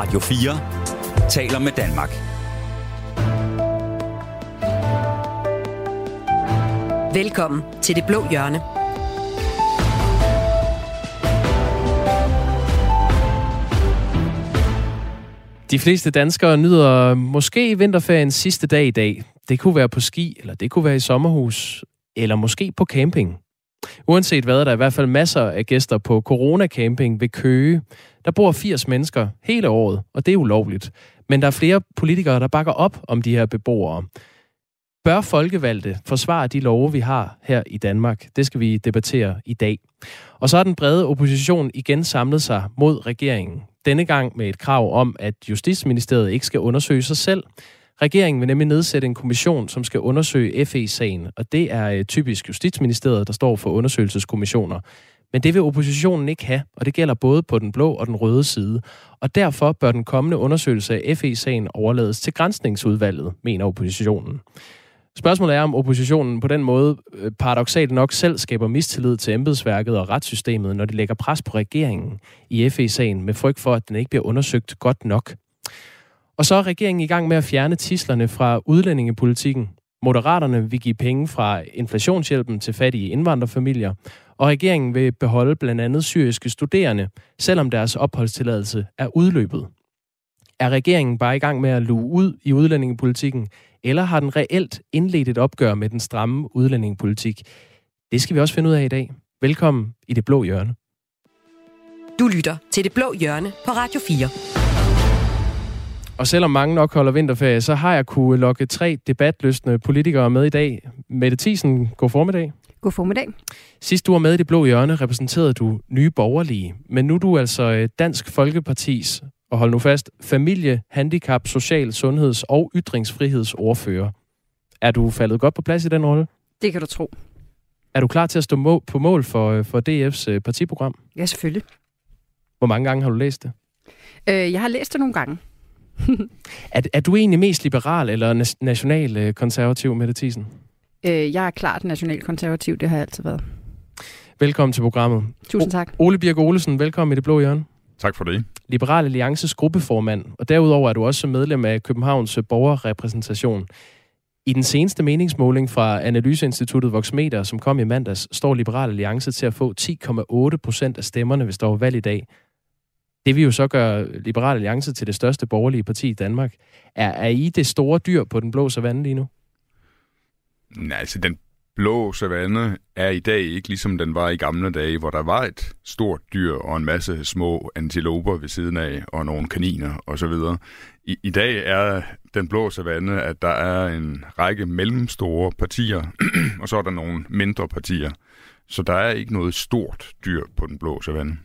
Radio 4 taler med Danmark. Velkommen til Det Blå Hjørne. De fleste danskere nyder måske vinterferiens sidste dag i dag. Det kunne være på ski, eller det kunne være i sommerhus, eller måske på camping. Uanset hvad, der er i hvert fald masser af gæster på Corona-camping ved Køge. Der bor 80 mennesker hele året, og det er ulovligt. Men der er flere politikere, der bakker op om de her beboere. Bør folkevalgte forsvare de love, vi har her i Danmark? Det skal vi debattere i dag. Og så har den brede opposition igen samlet sig mod regeringen. Denne gang med et krav om, at Justitsministeriet ikke skal undersøge sig selv. Regeringen vil nemlig nedsætte en kommission, som skal undersøge FE-sagen, og det er typisk Justitsministeriet, der står for undersøgelseskommissioner. Men det vil oppositionen ikke have, og det gælder både på den blå og den røde side. Og derfor bør den kommende undersøgelse af FE-sagen overlades til Granskningsudvalget, mener oppositionen. Spørgsmålet er, om oppositionen på den måde paradoksalt nok selv skaber mistillid til embedsværket og retssystemet, når de lægger pres på regeringen i FE-sagen med frygt for, at den ikke bliver undersøgt godt nok. Og så er regeringen i gang med at fjerne tidslerne fra udlændingepolitikken. Moderaterne vil give penge fra inflationshjælpen til fattige indvandrerfamilier, og regeringen vil beholde blandt andet syriske studerende, selvom deres opholdstilladelse er udløbet. Er regeringen bare i gang med at luge ud i udlændingepolitikken, eller har den reelt indledt et opgør med den stramme udlændingepolitik? Det skal vi også finde ud af i dag. Velkommen i Det Blå Hjørne. Du lytter til Det Blå Hjørne på Radio 4. Og selvom mange nok holder vinterferie, så har jeg kunne lokke 3 debatlystne politikere med i dag. Mette Thiesen, god formiddag. God formiddag. Sidst du var med i Det Blå Hjørne, repræsenterede du Nye Borgerlige. Men nu er du altså Dansk Folkepartis, og hold nu fast, familie, handicap, social, sundheds- og ytringsfrihedsordfører. Er du faldet godt på plads i den rolle? Det kan du tro. Er du klar til at stå på mål for DF's partiprogram? Ja, selvfølgelig. Hvor mange gange har du læst det? Jeg har læst det nogle gange. Er du egentlig mest liberal eller nationalkonservativ, Mette Thiesen? Jeg er klart nationalkonservativ, det har jeg altid været. Velkommen til programmet. Tusind tak. Ole Birk Olesen, velkommen i Det Blå Hjørne. Tak for det. Liberal Alliances gruppeformand, og derudover er du også medlem af Københavns borgerrepræsentation. I den seneste meningsmåling fra Analyseinstituttet Voxmeter, som kom i mandags, står Liberal Alliance til at få 10,8% af stemmerne, hvis der var valg i dag. Det vil jo så gøre Liberal Alliance til det største borgerlige parti i Danmark. Er I det store dyr på den blå savanne lige nu? Nej, altså den blå savanne er i dag ikke ligesom den var i gamle dage, hvor der var et stort dyr og en masse små antiloper ved siden af, og nogle kaniner osv. I dag er den blå savanne, at der er en række mellemstore partier, og så er der nogle mindre partier. Så der er ikke noget stort dyr på den blå savanne.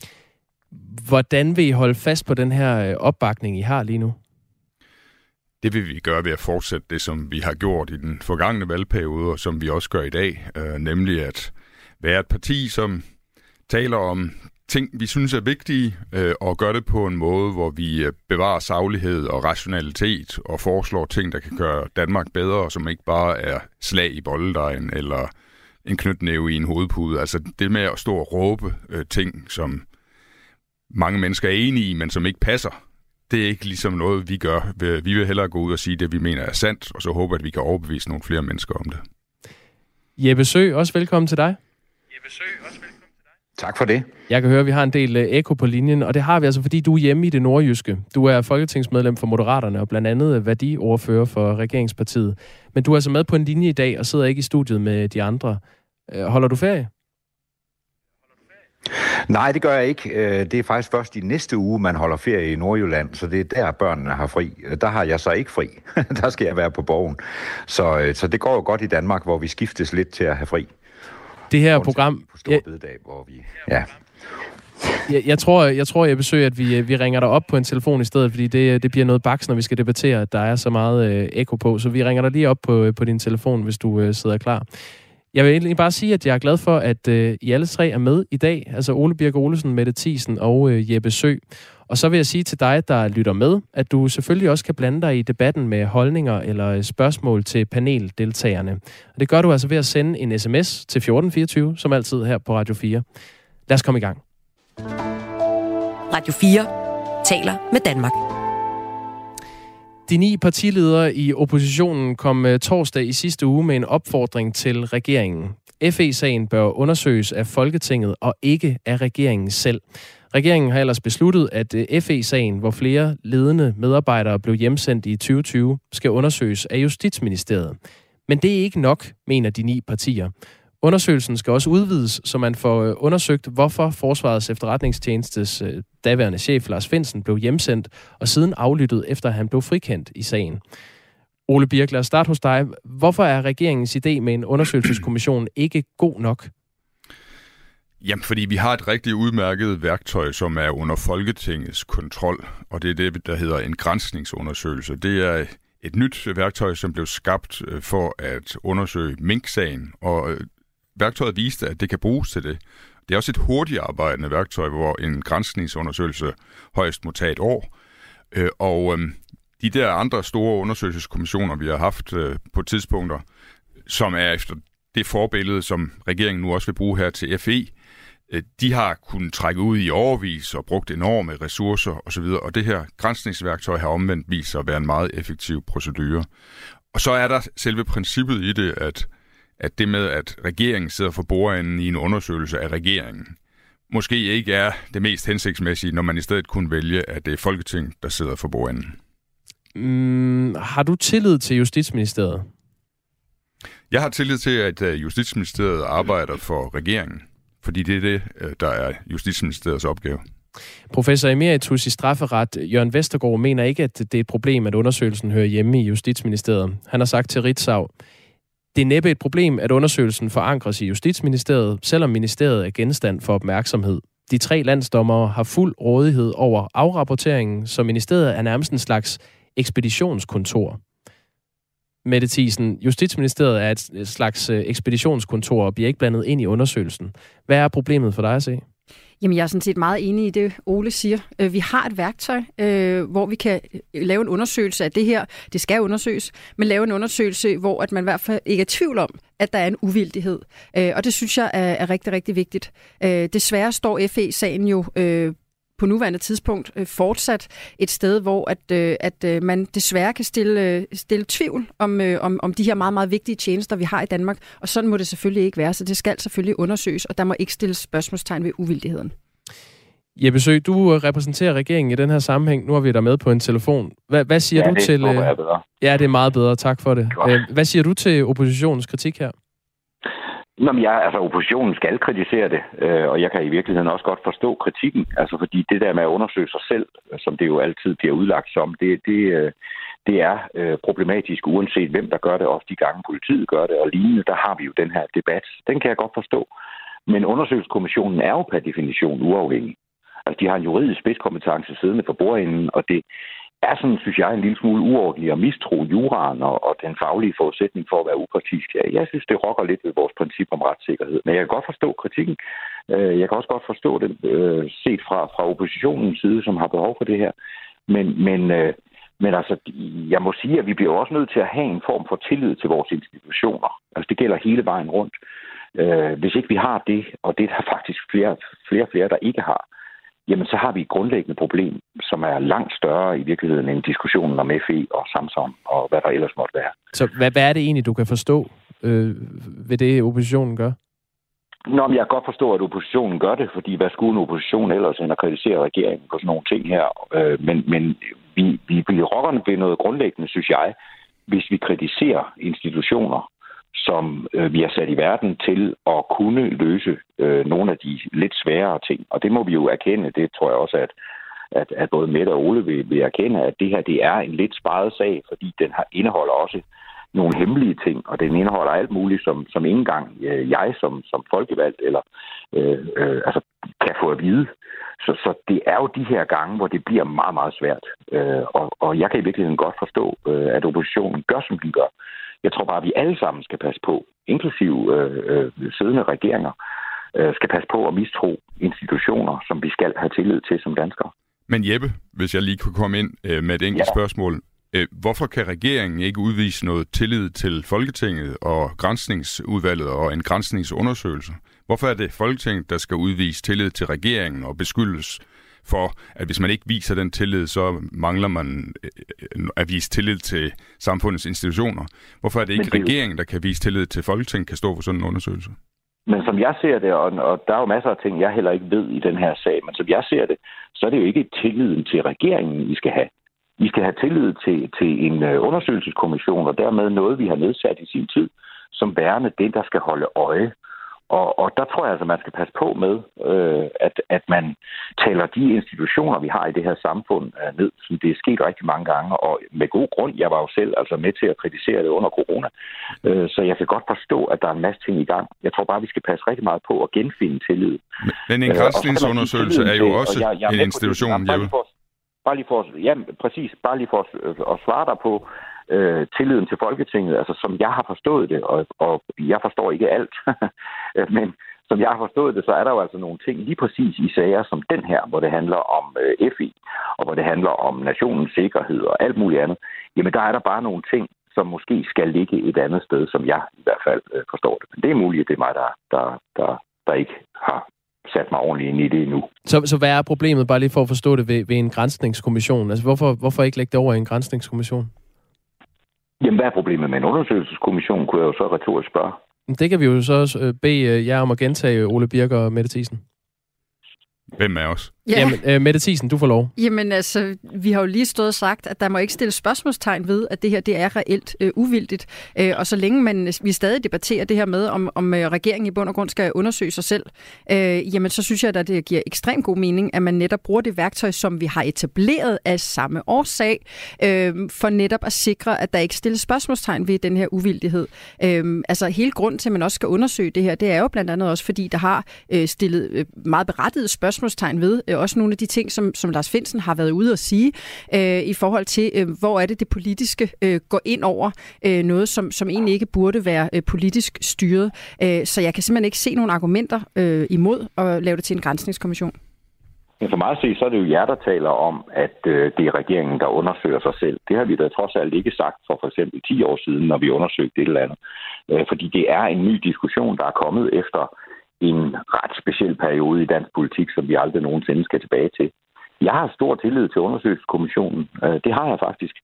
Hvordan vil I holde fast på den her opbakning, I har lige nu? Det vil vi gøre ved at fortsætte det, som vi har gjort i den forgangne valgperiode, og som vi også gør i dag, nemlig at være et parti, som taler om ting, vi synes er vigtige, og gør det på en måde, hvor vi bevarer saglighed og rationalitet, og foreslår ting, der kan gøre Danmark bedre, som ikke bare er slag i bolledejen, eller en knytnæve i en hovedpude. Altså det med at stå og råbe ting, som mange mennesker er enige i, men som ikke passer. Det er ikke ligesom noget, vi gør. Vi vil hellere gå ud og sige det, vi mener er sandt, og så håber, at vi kan overbevise nogle flere mennesker om det. Jeppe Søe, også velkommen til dig. Tak for det. Jeg kan høre, at vi har en del ekko på linjen, og det har vi altså, fordi du er hjemme i det nordjyske. Du er folketingsmedlem for Moderaterne, og blandt andet værdiordfører for Regeringspartiet. Men du er altså med på en linje i dag, og sidder ikke i studiet med de andre. Holder du ferie? Nej, det gør jeg ikke. Det er faktisk først i næste uge, man holder ferie i Nordjylland, så det er der, børnene har fri. Der har jeg så ikke fri. Der skal jeg være på Borgen. Så det går jo godt i Danmark, hvor vi skiftes lidt til at have fri. Det her program... På Store Bededag, hvor vi... Ja. Jeg tror, jeg besøger, at vi ringer dig op på en telefon i stedet, fordi det bliver noget baks, når vi skal debattere, at der er så meget ekko på. Så vi ringer dig lige op på din telefon, hvis du sidder klar. Jeg vil egentlig bare sige, at jeg er glad for, at I alle 3 er med i dag. Altså Ole Birk Olesen, Mette Thiesen og Jeppe Søe. Og så vil jeg sige til dig, der lytter med, at du selvfølgelig også kan blande dig i debatten med holdninger eller spørgsmål til paneldeltagerne. Og det gør du altså ved at sende en sms til 1424, som altid her på Radio 4. Lad os komme i gang. Radio 4 taler med Danmark. De 9 partiledere i oppositionen kom torsdag i sidste uge med en opfordring til regeringen. FE-sagen bør undersøges af Folketinget og ikke af regeringen selv. Regeringen har ellers besluttet, at FE-sagen, hvor flere ledende medarbejdere blev hjemsendt i 2020, skal undersøges af Justitsministeriet. Men det er ikke nok, mener de 9 partier. Undersøgelsen skal også udvides, så man får undersøgt, hvorfor Forsvarets Efterretningstjenestes daværende chef Lars Findsen blev hjemsendt og siden aflyttet, efter han blev frikendt i sagen. Ole Birk, lad os starte hos dig. Hvorfor er regeringens idé med en undersøgelseskommission ikke god nok? Jamen, fordi vi har et rigtig udmærket værktøj, som er under Folketingets kontrol, og det er det, der hedder en granskningsundersøgelse. Det er et nyt værktøj, som blev skabt for at undersøge Mink-sagen, og værktøjet viste, at det kan bruges til det. Det er også et hurtigt arbejdende værktøj, hvor en granskningsundersøgelse højst må tage et år. Og de der andre store undersøgelseskommissioner, vi har haft på tidspunkter, som er efter det forbillede, som regeringen nu også vil bruge her til FE, de har kunnet trække ud i årevis og brugt enorme ressourcer osv., og det her granskningsværktøj har omvendt vist sig at være en meget effektiv procedure. Og så er der selve princippet i det, at det med, at regeringen sidder for bordenden i en undersøgelse af regeringen, måske ikke er det mest hensigtsmæssige, når man i stedet kunne vælge, at det er Folketinget, der sidder for bordenden. Har du tillid til Justitsministeriet? Jeg har tillid til, at Justitsministeriet arbejder for regeringen, fordi det er det, der er Justitsministeriets opgave. Professor emeritus i strafferet Jørgen Vestergaard mener ikke, at det er et problem, at undersøgelsen hører hjemme i Justitsministeriet. Han har sagt til Ritzau: det er næppe et problem, at undersøgelsen forankres i Justitsministeriet, selvom ministeriet er genstand for opmærksomhed. De 3 landsdommere har fuld rådighed over afrapporteringen, så ministeriet er nærmest en slags ekspeditionskontor. Mette Thiesen, Justitsministeriet er et slags ekspeditionskontor og bliver ikke blandet ind i undersøgelsen. Hvad er problemet for dig at se? Jamen, jeg er sådan set meget enig i det, Ole siger. Vi har et værktøj, hvor vi kan lave en undersøgelse af det her. Det skal undersøges, men lave en undersøgelse, hvor at man i hvert fald ikke er i tvivl om, at der er en uvildighed. Og det synes jeg er rigtig, rigtig vigtigt. Desværre står FE-sagen jo på nuværende tidspunkt fortsat et sted, hvor at man desværre kan stille tvivl om de her meget, meget vigtige tjenester, vi har i Danmark. Og sådan må det selvfølgelig ikke være, så det skal selvfølgelig undersøges, og der må ikke stilles spørgsmålstegn ved uvildigheden. Jeppe Søe, du repræsenterer regeringen i den her sammenhæng. Nu har vi dig med på en telefon. Hvad siger du til... Ja, det er meget bedre. Tak for det. Hvad siger du til oppositionens kritik her? Jamen, oppositionen skal kritisere det, og jeg kan i virkeligheden også godt forstå kritikken, altså fordi det der med at undersøge sig selv, som det jo altid bliver udlagt som, det er problematisk, uanset hvem der gør det, også de gange politiet gør det, og lignende, der har vi jo den her debat. Den kan jeg godt forstå. Men undersøgelseskommissionen er jo per definition uafhængig. Altså, de har en juridisk spidskompetence siddende for bordenden, og det er sådan, synes jeg, en lille smule uordentlig at mistro juraen og den faglige forudsætning for at være upartisk. Jeg synes, det rokker lidt ved vores princip om retssikkerhed. Men jeg kan godt forstå kritikken. Jeg kan også godt forstå det set fra oppositionens side, som har behov for det her. Men altså, jeg må sige, at vi bliver også nødt til at have en form for tillid til vores institutioner. Altså, det gælder hele vejen rundt. Hvis ikke vi har det, og det er der faktisk flere, der ikke har, jamen så har vi et grundlæggende problem, som er langt større i virkeligheden end diskussionen om FE og Samsung og hvad der ellers måtte være. Så hvad er det egentlig, du kan forstå ved det, oppositionen gør? Nå, men jeg kan godt forstå, at oppositionen gør det, fordi hvad skulle en opposition ellers end at kritisere regeringen på sådan nogle ting her? Men vi rokkerne ved noget grundlæggende, synes jeg, hvis vi kritiserer institutioner, som vi har sat i verden til at kunne løse nogle af de lidt sværere ting. Og det må vi jo erkende. Det tror jeg også, at både Mette og Ole vil erkende, at det her det er en lidt sparet sag, fordi den indeholder også nogle hemmelige ting, og den indeholder alt muligt, som ikke engang jeg som folkevalgt eller kan få at vide. Så det er jo de her gange, hvor det bliver meget, meget svært. Og jeg kan i virkeligheden godt forstå, at oppositionen gør, som de gør. Jeg tror bare, at vi alle sammen skal passe på, inklusive siddende regeringer, skal passe på at mistro institutioner, som vi skal have tillid til som danskere. Men Jeppe, hvis jeg lige kunne komme ind med et enkelt spørgsmål. Hvorfor kan regeringen ikke udvise noget tillid til Folketinget og granskningsudvalget og en granskningsundersøgelse? Hvorfor er det Folketinget, der skal udvise tillid til regeringen og beskyldes for, at hvis man ikke viser den tillid, så mangler man at vise tillid til samfundets institutioner. Hvorfor er det ikke regeringen, der kan vise tillid til Folketinget, kan stå for sådan en undersøgelse? Men som jeg ser det, og der er jo masser af ting, jeg heller ikke ved i den her sag, men som jeg ser det, så er det jo ikke tilliden til regeringen, I skal have. I skal have tillid til en undersøgelseskommission, og dermed noget, vi har nedsat i sin tid, som værende det, der skal holde øje. Og der tror jeg altså, man skal passe på med, at man taler de institutioner, vi har i det her samfund, ned, som det er sket rigtig mange gange, og med god grund. Jeg var jo selv altså med til at kritisere det under corona, så jeg kan godt forstå, at der er en masse ting i gang. Jeg tror bare, vi skal passe rigtig meget på at genfinde tillid. Men en granskningsundersøgelse er jo også en institution, Bare lige for at svare dig på tilliden til Folketinget, altså som jeg har forstået det, og jeg forstår ikke alt, men som jeg har forstået det, så er der jo altså nogle ting lige præcis i sager som den her, hvor det handler om FI, og hvor det handler om nationens sikkerhed og alt muligt andet. Jamen der er der bare nogle ting, som måske skal ligge et andet sted, som jeg i hvert fald forstår det. Men det er muligt, at det er mig, der ikke har sat mig ordentligt ind i det endnu. Så hvad er problemet, bare lige for at forstå det, ved en granskningskommission? Altså hvorfor ikke lægge det over i en granskningskommission? Jamen, hvad er problemet med en undersøgelseskommission, kunne jeg jo så retorisk spørge. Det kan vi jo så bede jer om at gentage, Ole Birk og Mette Thiesen. Hvem er os? Ja. Jamen, Mette Thiesen, du får lov. Jamen altså, vi har jo lige stået og sagt, at der må ikke stilles spørgsmålstegn ved, at det her det er reelt uvildigt. Og så længe vi stadig debatterer det her med, om regeringen i bund og grund skal undersøge sig selv, jamen så synes jeg, at det giver ekstremt god mening, at man netop bruger det værktøj, som vi har etableret af samme årsag, for netop at sikre, at der ikke stilles spørgsmålstegn ved den her uvildighed. Altså hele grunden til, at man også skal undersøge det her, det er jo blandt andet også, fordi der har stillet meget berettiget spørgsmålstegn ved også nogle af de ting, som Lars Findsen har været ude at sige, i forhold til, hvor er det politiske går ind over noget, som egentlig ikke burde være politisk styret. Så jeg kan simpelthen ikke se nogle argumenter imod at lave det til en granskningskommission. Men for mig at se, så er det jo jer, der taler om, at det er regeringen, der undersøger sig selv. Det har vi da trods alt ikke sagt for eksempel 10 år siden, når vi undersøgte det eller andet. Fordi det er en ny diskussion, der er kommet efter en ret speciel periode i dansk politik, som vi aldrig nogensinde skal tilbage til. Jeg har stor tillid til undersøgelseskommissionen. Det har jeg faktisk.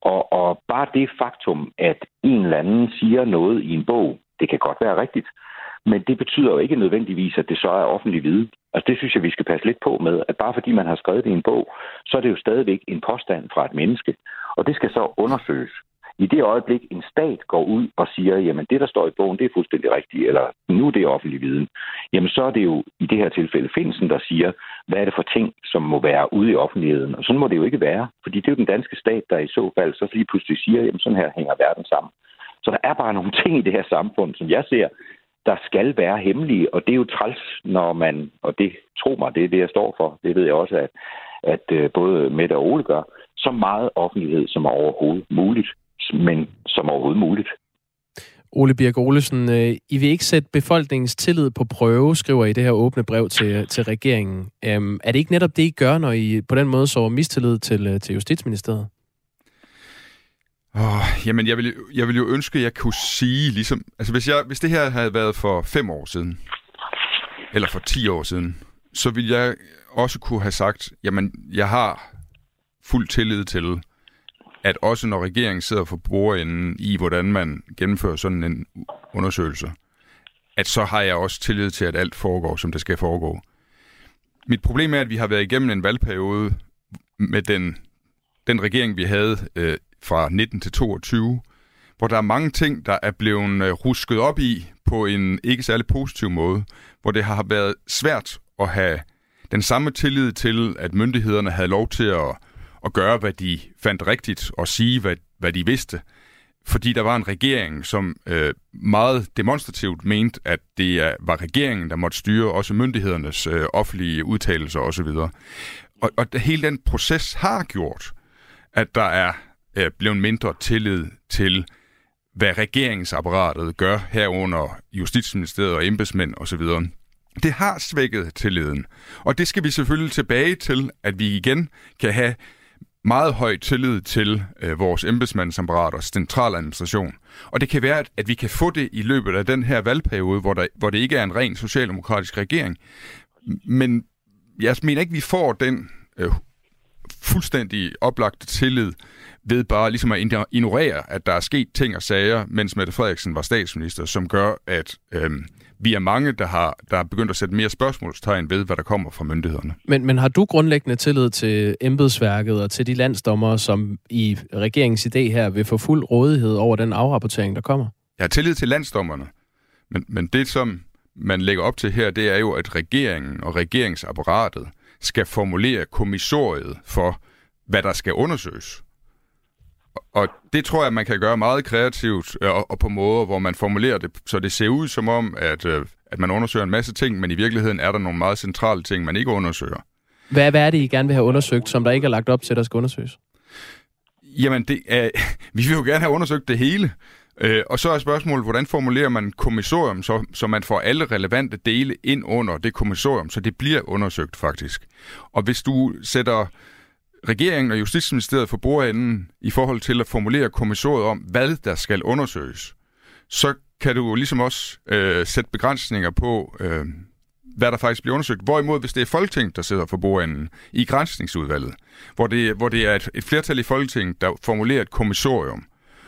Og bare det faktum, at en eller anden siger noget i en bog, det kan godt være rigtigt, men det betyder jo ikke nødvendigvis, at det så er offentlig viden. Altså det synes jeg, vi skal passe lidt på med, at bare fordi man har skrevet det i en bog, så er det jo stadigvæk en påstand fra et menneske. Og det skal så undersøges. I det øjeblik, en stat går ud og siger, jamen det, der står i bogen, det er fuldstændig rigtigt, eller nu det er offentlig viden, jamen så er det jo i det her tilfælde Findsen, der siger, hvad er det for ting, som må være ude i offentligheden. Og sådan må det jo ikke være, fordi det er jo den danske stat, der i så fald så lige pludselig siger, jamen sådan her hænger verden sammen. Så der er bare nogle ting i det her samfund, som jeg ser, der skal være hemmelige, og det er jo træls, når man, og det tro mig, det er det, jeg står for, det ved jeg også, at både Mette og Ole gør, så meget offentlighed som overhovedet muligt. Men som overhovedet muligt. Ole Birk Olesen, I vil ikke sætte befolkningens tillid på prøve, skriver I det her åbne brev til regeringen. Er det ikke netop det, I gør, når I på den måde så mistillid til Justitsministeriet? Jamen, jeg vil jo ønske, at jeg kunne sige, ligesom, altså hvis det her havde været for 5 år siden, eller for 10 år siden, så ville jeg også kunne have sagt, jamen, jeg har fuld tillid til, at også når regeringen sidder for bordenden i, hvordan man gennemfører sådan en undersøgelse, at så har jeg også tillid til, at alt foregår, som det skal foregå. Mit problem er, at vi har været igennem en valgperiode med den regering, vi havde fra 19 til 22, hvor der er mange ting, der er blevet rusket op i på en ikke særlig positiv måde, hvor det har været svært at have den samme tillid til, at myndighederne havde lov til at gøre, hvad de fandt rigtigt, og sige, hvad de vidste. Fordi der var en regering, som meget demonstrativt mente, at det var regeringen, der måtte styre også myndighedernes offentlige udtalelser osv. Og hele den proces har gjort, at der er blevet mindre tillid til, hvad regeringsapparatet gør herunder Justitsministeriet og embedsmænd osv. Det har svækket tilliden. Og det skal vi selvfølgelig tilbage til, at vi igen kan have meget høj tillid til vores embedsmandsapparat og centraladministration. Og det kan være, at vi kan få det i løbet af den her valgperiode, hvor det ikke er en ren socialdemokratisk regering. Men jeg mener ikke, vi får den fuldstændig oplagte tillid ved bare ligesom at ignorere, at der er sket ting og sager, mens Mette Frederiksen var statsminister, som gør, at vi er mange, der er begyndt at sætte mere spørgsmålstegn ved, hvad der kommer fra myndighederne. Men har du grundlæggende tillid til embedsværket og til de landsdommere, som i regeringens idé her vil få fuld rådighed over den afrapportering, der kommer? Jeg har tillid til landsdommerne, men det, som man lægger op til her, det er jo, at regeringen og regeringsapparatet skal formulere kommissoriet for, hvad der skal undersøges. Og det tror jeg, man kan gøre meget kreativt og på måder, hvor man formulerer det, så det ser ud som om, at man undersøger en masse ting, men i virkeligheden er der nogle meget centrale ting, man ikke undersøger. Hvad er det, I gerne vil have undersøgt, som der ikke er lagt op til, der skal undersøges? Jamen, vi vil jo gerne have undersøgt det hele. Og så er spørgsmålet, hvordan formulerer man kommissorium, så man får alle relevante dele ind under det kommissorium, så det bliver undersøgt faktisk. Og hvis du sætter regeringen og Justitsministeriet for bordenden i forhold til at formulere kommissoriet om, hvad der skal undersøges, så kan du ligesom også sætte begrænsninger på, hvad der faktisk bliver undersøgt. Hvorimod, hvis det er Folketinget, der sidder for bordenden i granskningsudvalget, hvor det er et flertal i Folketinget, der formulerer et kommissorium,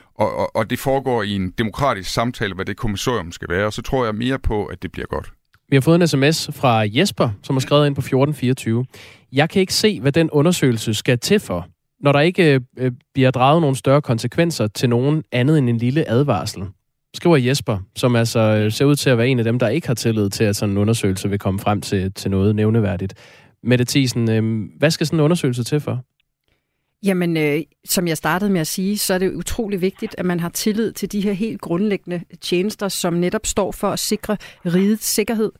og det foregår i en demokratisk samtale, hvad det kommissorium skal være, og så tror jeg mere på, at det bliver godt. Vi har fået en sms fra Jesper, som har skrevet ind på 1424. Jeg kan ikke se, hvad den undersøgelse skal til for, når der ikke bliver draget nogle større konsekvenser til nogen andet end en lille advarsel. Skriver Jesper, som altså ser ud til at være en af dem, der ikke har tillid til, at sådan en undersøgelse vil komme frem til noget nævneværdigt. Mette Thiesen, hvad skal sådan en undersøgelse til for? Jamen, som jeg startede med at sige, så er det utrolig vigtigt, at man har tillid til de her helt grundlæggende tjenester, som netop står for at sikre rigets sikkerhed.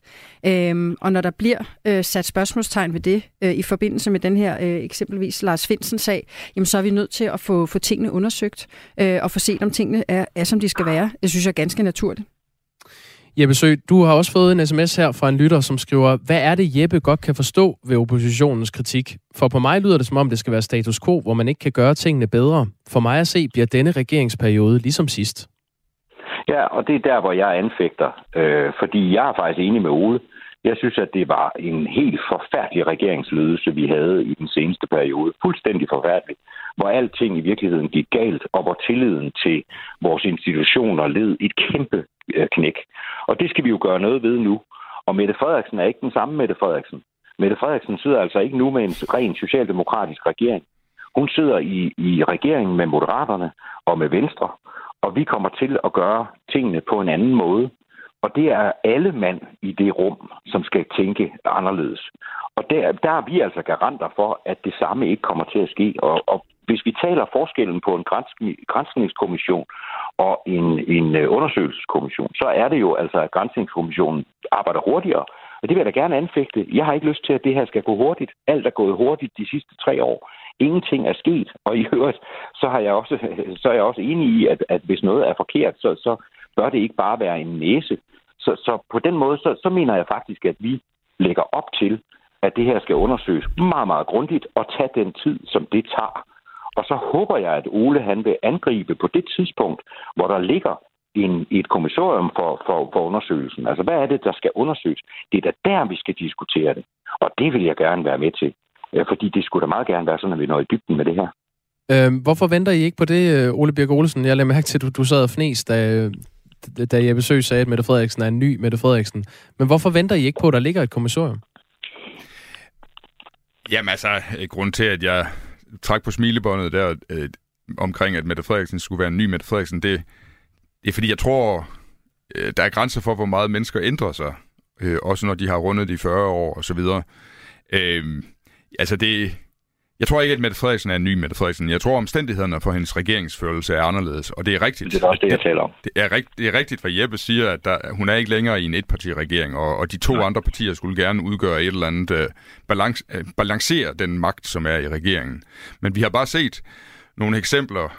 Og når der bliver sat spørgsmålstegn ved det, i forbindelse med den her eksempelvis Lars Findsen-sag, jamen så er vi nødt til at få tingene undersøgt, og få set, om tingene er, som de skal være. Det synes jeg er ganske naturligt. Jeppe Søe, du har også fået en sms her fra en lytter, som skriver, hvad er det, Jeppe godt kan forstå ved oppositionens kritik? For på mig lyder det, som om det skal være status quo, hvor man ikke kan gøre tingene bedre. For mig at se, bliver denne regeringsperiode ligesom sidst. Ja, og det er der, hvor jeg anfægter. Fordi jeg er faktisk enig med Ole. Jeg synes, at det var en helt forfærdelig regeringsledelse, vi havde i den seneste periode. Fuldstændig forfærdelig. Hvor alting i virkeligheden gik galt, og hvor tilliden til vores institutioner led et kæmpe knæk. Og det skal vi jo gøre noget ved nu. Og Mette Frederiksen er ikke den samme Mette Frederiksen. Mette Frederiksen sidder altså ikke nu med en ren socialdemokratisk regering. Hun sidder i regeringen med Moderaterne og med Venstre, og vi kommer til at gøre tingene på en anden måde. Og det er alle mand i det rum, som skal tænke anderledes. Og der er vi altså garanter for, at det samme ikke kommer til at ske. Og hvis vi taler forskellen på en granskningskommission og en undersøgelseskommission, så er det jo altså, at granskningskommissionen arbejder hurtigere. Og det vil jeg da gerne anfægte. Jeg har ikke lyst til, at det her skal gå hurtigt. Alt er gået hurtigt de sidste 3 år. Ingenting er sket. Og i øvrigt, så er jeg også enig i, at hvis noget er forkert, så bør det ikke bare være en næse. Så på den måde, så mener jeg faktisk, at vi lægger op til, at det her skal undersøges meget, meget grundigt og tage den tid, som det tager. Og så håber jeg, at Ole han vil angribe på det tidspunkt, hvor der ligger et kommissorium for undersøgelsen. Altså, hvad er det, der skal undersøges? Det er da der, vi skal diskutere det. Og det vil jeg gerne være med til. Fordi det skulle da meget gerne være sådan, at vi når i dybden med det her. Hvorfor venter I ikke på det, Ole Birk Olesen? Jeg lagde mærke til, at du sad og fnes, da Jeppe Søe sagde, at Mette Frederiksen er en ny Mette Frederiksen. Men hvorfor venter I ikke på, at der ligger et kommissorium? Jamen altså, grunden til, at jeg trak på smilebåndet der omkring, at Mette Frederiksen skulle være en ny Mette Frederiksen, det er fordi, jeg tror, der er grænser for, hvor meget mennesker ændrer sig. Også når de har rundet de 40 år og så videre. Jeg tror ikke, at Mette Frederiksen er en ny Mette Frederiksen. Jeg tror, omstændighederne for hendes regeringsførelse er anderledes, og det er rigtigt. Det er også det, jeg taler om. Det er rigtigt, hvad Jeppe siger, at hun er ikke længere i en etpartiregering, og de 2 andre partier skulle gerne udgøre et eller andet balancere den magt, som er i regeringen. Men vi har bare set nogle eksempler,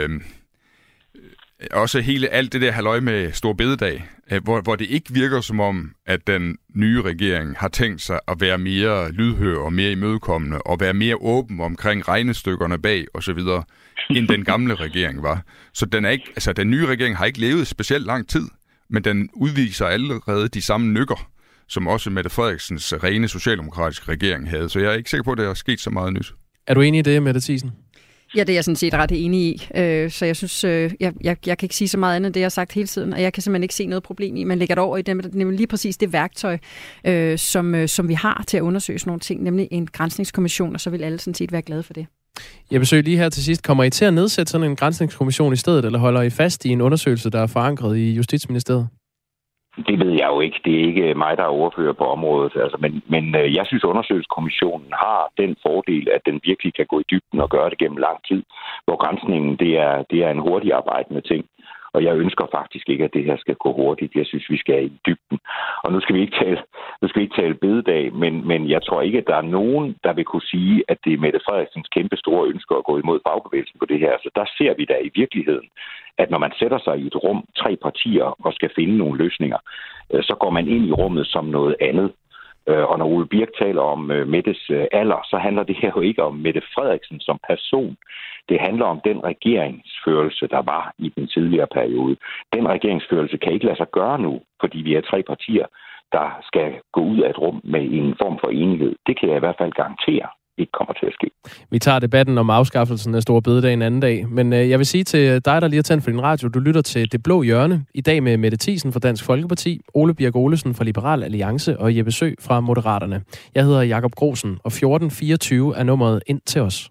også alt det der halløj med Store Bededag, hvor det ikke virker som om, at den nye regering har tænkt sig at være mere lydhør og mere imødekommende og være mere åben omkring regnestykkerne bag osv., end den gamle regering var. Så den nye regering har ikke levet specielt lang tid, men den udviser allerede de samme nykker, som også Mette Frederiksens rene socialdemokratiske regering havde. Så jeg er ikke sikker på, at der er sket så meget nyt. Er du enig i det, Mette Thiesen? Ja, det er jeg sådan set ret enig i. Så jeg synes, jeg kan ikke sige så meget andet end det, jeg har sagt hele tiden, og jeg kan simpelthen ikke se noget problem i. Man lægger det over i det, nemlig lige præcis det værktøj, som vi har til at undersøge sådan nogle ting, nemlig en granskningskommission, og så vil alle sådan set være glade for det. Jeg besøger lige her til sidst. Kommer I til at nedsætte sådan en granskningskommission i stedet, eller holder I fast i en undersøgelse, der er forankret i Justitsministeriet? Det ved jeg jo ikke. Det er ikke mig, der er ordfører på området. Altså, men jeg synes, at undersøgelseskommissionen har den fordel, at den virkelig kan gå i dybden og gøre det gennem lang tid, hvor granskningen det er en hurtig arbejdende ting. Og jeg ønsker faktisk ikke, at det her skal gå hurtigt. Jeg synes, vi skal i dybden. Og nu skal vi ikke tale bededag, men jeg tror ikke, at der er nogen, der vil kunne sige, at det er Mette Frederiksens kæmpe store ønsker at gå imod fagbevægelsen på det her. Så der ser vi da i virkeligheden, at når man sætter sig i et rum, 3 partier, og skal finde nogle løsninger, så går man ind i rummet som noget andet. Og når Ole Birk taler om Mettes alder, så handler det her jo ikke om Mette Frederiksen som person. Det handler om den regeringsførelse, der var i den tidligere periode. Den regeringsførelse kan ikke lade sig gøre nu, fordi vi er 3 partier, der skal gå ud af et rum med en form for enighed. Det kan jeg i hvert fald garantere ikke kommer til at ske. Vi tager debatten om afskaffelsen af Store Bededag en anden dag, men jeg vil sige til dig, der lige har tændt for din radio, du lytter til Det Blå Hjørne, i dag med Mette Thiesen fra Dansk Folkeparti, Ole Birk Olesen fra Liberal Alliance og Jeppe Søe fra Moderaterne. Jeg hedder Jakob Grosen, og 1424 er nummeret ind til os.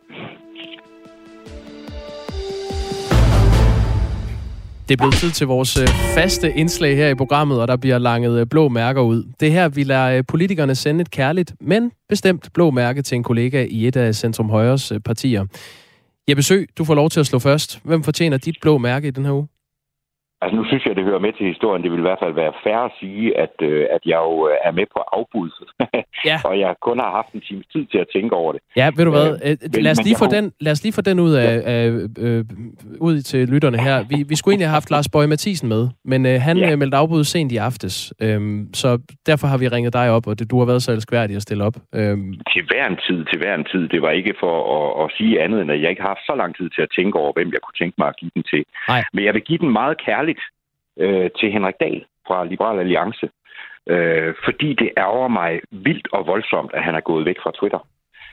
Det er blevet tid til vores faste indslag her i programmet, og der bliver langet blå mærker ud. Det er her, vi lader politikerne sende et kærligt, men bestemt blå mærke til en kollega i et af Centrum Højres partier. Jeppe Søe, du får lov til at slå først. Hvem fortjener dit blå mærke i den her uge? Altså nu synes jeg, det hører med til historien. Det vil i hvert fald være fair at sige, at jeg jo er med på afbuddet. Ja. Og jeg kun har haft en times tid til at tænke over det. Ja, ved du hvad? Lad os lige få den ud ud til lytterne her. Vi skulle egentlig have haft Lars Boje Mathiesen med, men han meldte afbud sent i aftes. Så derfor har vi ringet dig op, og du har været så elskværdig at stille op. Til hver en tid. Det var ikke for at sige andet, end at jeg ikke har haft så lang tid til at tænke over, hvem jeg kunne tænke mig at give den til. Nej. Men jeg vil give den meget kærligt til Henrik Dahl fra Liberal Alliance, fordi det ærger mig vildt og voldsomt, at han er gået væk fra Twitter.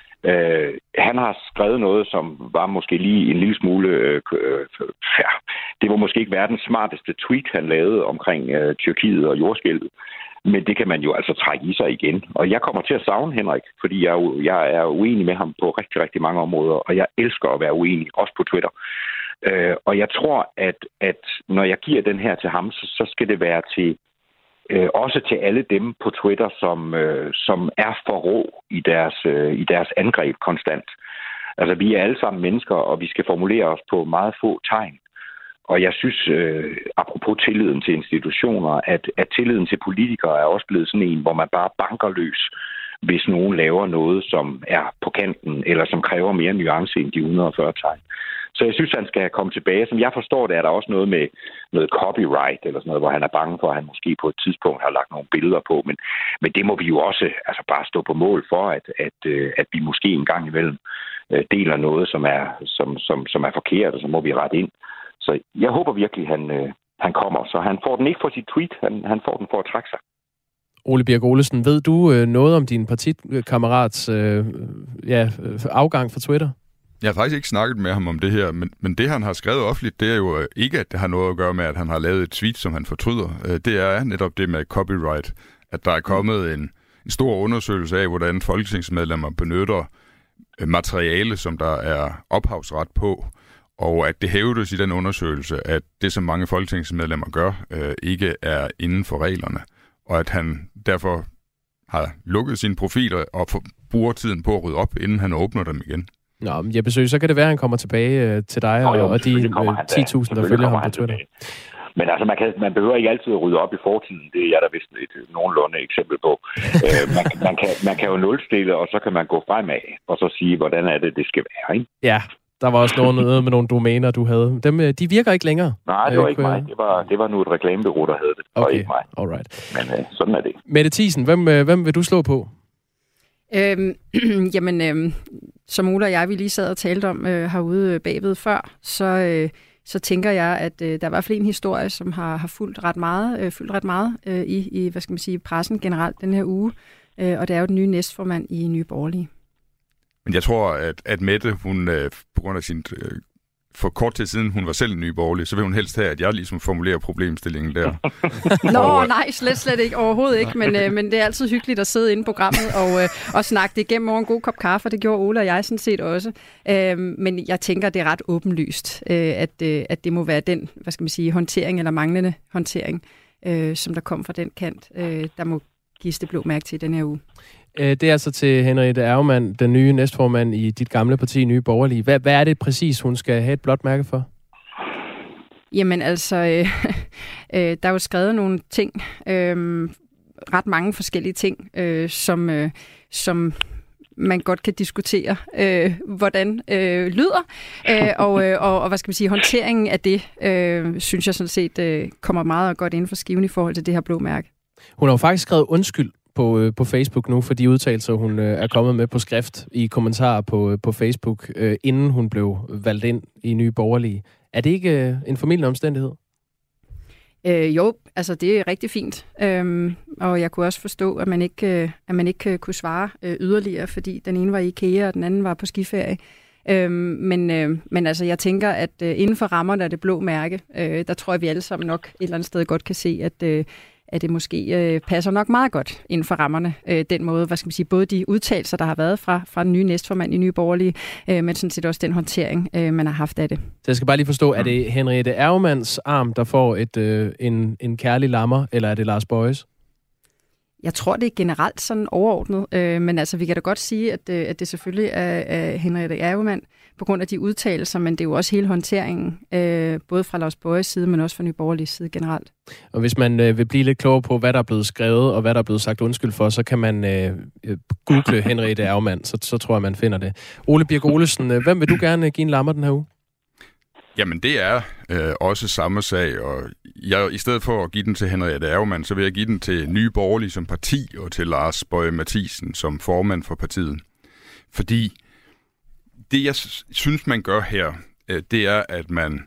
Han har skrevet noget, som var måske lige en lille smule det var måske ikke verdens smarteste tweet, han lavede omkring Tyrkiet og jordskælvet. Men det kan man jo altså trække i sig igen. Og jeg kommer til at savne Henrik, fordi jeg er uenig med ham på rigtig, rigtig mange områder, og jeg elsker at være uenig, også på Twitter. Og jeg tror, at når jeg giver den her til ham, så skal det være til også til alle dem på Twitter, som er for rå i deres angreb konstant. Altså, vi er alle sammen mennesker, og vi skal formulere os på meget få tegn. Og jeg synes, apropos tilliden til institutioner, at tilliden til politikere er også blevet sådan en, hvor man bare banker løs, hvis nogen laver noget, som er på kanten, eller som kræver mere nuance end de 140 tegn. Så jeg synes, han skal komme tilbage. Som jeg forstår det, er der også noget med noget copyright, eller sådan noget, hvor han er bange for, at han måske på et tidspunkt har lagt nogle billeder på. Men det må vi jo også bare stå på mål for, at vi måske en gang imellem deler noget, som er forkert, og så må vi rette ind. Så jeg håber virkelig, han kommer. Så han får den ikke for sit tweet, han får den for at trække sig. Ole Birk Olesen, ved du noget om din partikammerats afgang fra Twitter? Jeg har faktisk ikke snakket med ham om det her, men det, han har skrevet offentligt, det er jo ikke, at det har noget at gøre med, at han har lavet et tweet, som han fortryder. Det er netop det med copyright, at der er kommet en stor undersøgelse af, hvordan folketingsmedlemmer benytter materiale, som der er ophavsret på, og at det hævdes i den undersøgelse, at det, som mange folketingsmedlemmer gør, ikke er inden for reglerne, og at han derfor har lukket sine profiler og bruger tiden på at rydde op, inden han åbner dem igen. Nå, men jeg besøger, så kan det være, at han kommer tilbage til dig og de 10.000, der følger ham på Twitter. Men altså, man behøver ikke altid at rydde op i fortiden. Det er der vist et nogenlunde eksempel på. Man kan jo nulstille, og så kan man gå fremad, og så sige, hvordan er det skal være, ikke? Ja, der var også noget med nogle domæner, du havde. De virker ikke længere. Nej, det var ikke mig. Det var nu et reklamebureau, der havde det. Det var ikke mig. Alright. Men sådan er det. Mette Thiesen, hvem vil du slå på? Som Ole og jeg, vi lige sad og talte om herude bagved før, så tænker jeg, at der er i hvert fald en historie, som har fyldt ret meget i hvad skal man sige, pressen generelt den her uge. Og det er jo den nye næstformand i Nye Borgerlige. Men jeg tror, at Mette, hun på grund af sin... For kort tid siden, hun var selv en Nye Borgerlig, så vil hun helst have, at jeg ligesom formulerer problemstillingen der. Nej, slet ikke. Overhovedet ikke. Men det er altid hyggeligt at sidde inde i programmet og snakke det igennem over en god kop kaffe, og det gjorde Ole og jeg sådan set også. Men jeg tænker, det er ret åbenlyst, at det må være den, hvad skal man sige, håndtering eller manglende håndtering, som der kom fra den kant, der må gives det blå mærke til den her uge. Det er altså til Henriette Aumann, den nye næstformand i dit gamle parti, Nye Borgerlige. Hvad er det præcis, hun skal have et blåt mærke for? Jamen altså, der er jo skrevet nogle ting, ret mange forskellige ting, som man godt kan diskutere, hvordan lyder. Og hvad skal man sige, håndteringen af det, synes jeg sådan set kommer meget godt inden for skiven i forhold til det her blå mærke. Hun har jo faktisk skrevet undskyld på Facebook nu for de udtalelser, hun er kommet med på skrift i kommentarer på Facebook, inden hun blev valgt ind i Nye Borgerlige. Er det ikke en formildende omstændighed? Jo, altså det er rigtig fint. Og jeg kunne også forstå, at man ikke kunne svare yderligere, fordi den ene var i IKEA, og den anden var på skiferie. Men altså, jeg tænker, at inden for rammerne af det blå mærke, der tror jeg, vi alle sammen nok et eller andet sted godt kan se, at det måske passer nok meget godt inden for rammerne. Den måde, hvad skal man sige, både de udtalelser, der har været fra den nye næstformand i Nye Borgerlige, men sådan set også den håndtering, man har haft af det. Så jeg skal bare lige forstå, er det Henriette Aumanns arm, der får en kærlig lammer, eller er det Lars Bojes? Jeg tror, det er generelt sådan overordnet, men altså, vi kan da godt sige, at det selvfølgelig er Henriette Aumann på grund af de udtalelser, men det er jo også hele håndteringen, både fra Lars Bojes side, men også fra Nye Borgerliges side generelt. Og hvis man vil blive lidt klogere på, hvad der er blevet skrevet, og hvad der er blevet sagt undskyld for, så kan man google Henriette Aumann, så tror jeg, man finder det. Ole Birk Olesen, hvem vil du gerne give en lammer den her uge? Jamen, det er også samme sag, og i stedet for at give den til Henriette Aumann, så vil jeg give den til Nye Borgerlige som parti, og til Lars Boje Mathiesen som formand for partiet. Fordi det, jeg synes, man gør her, det er, at man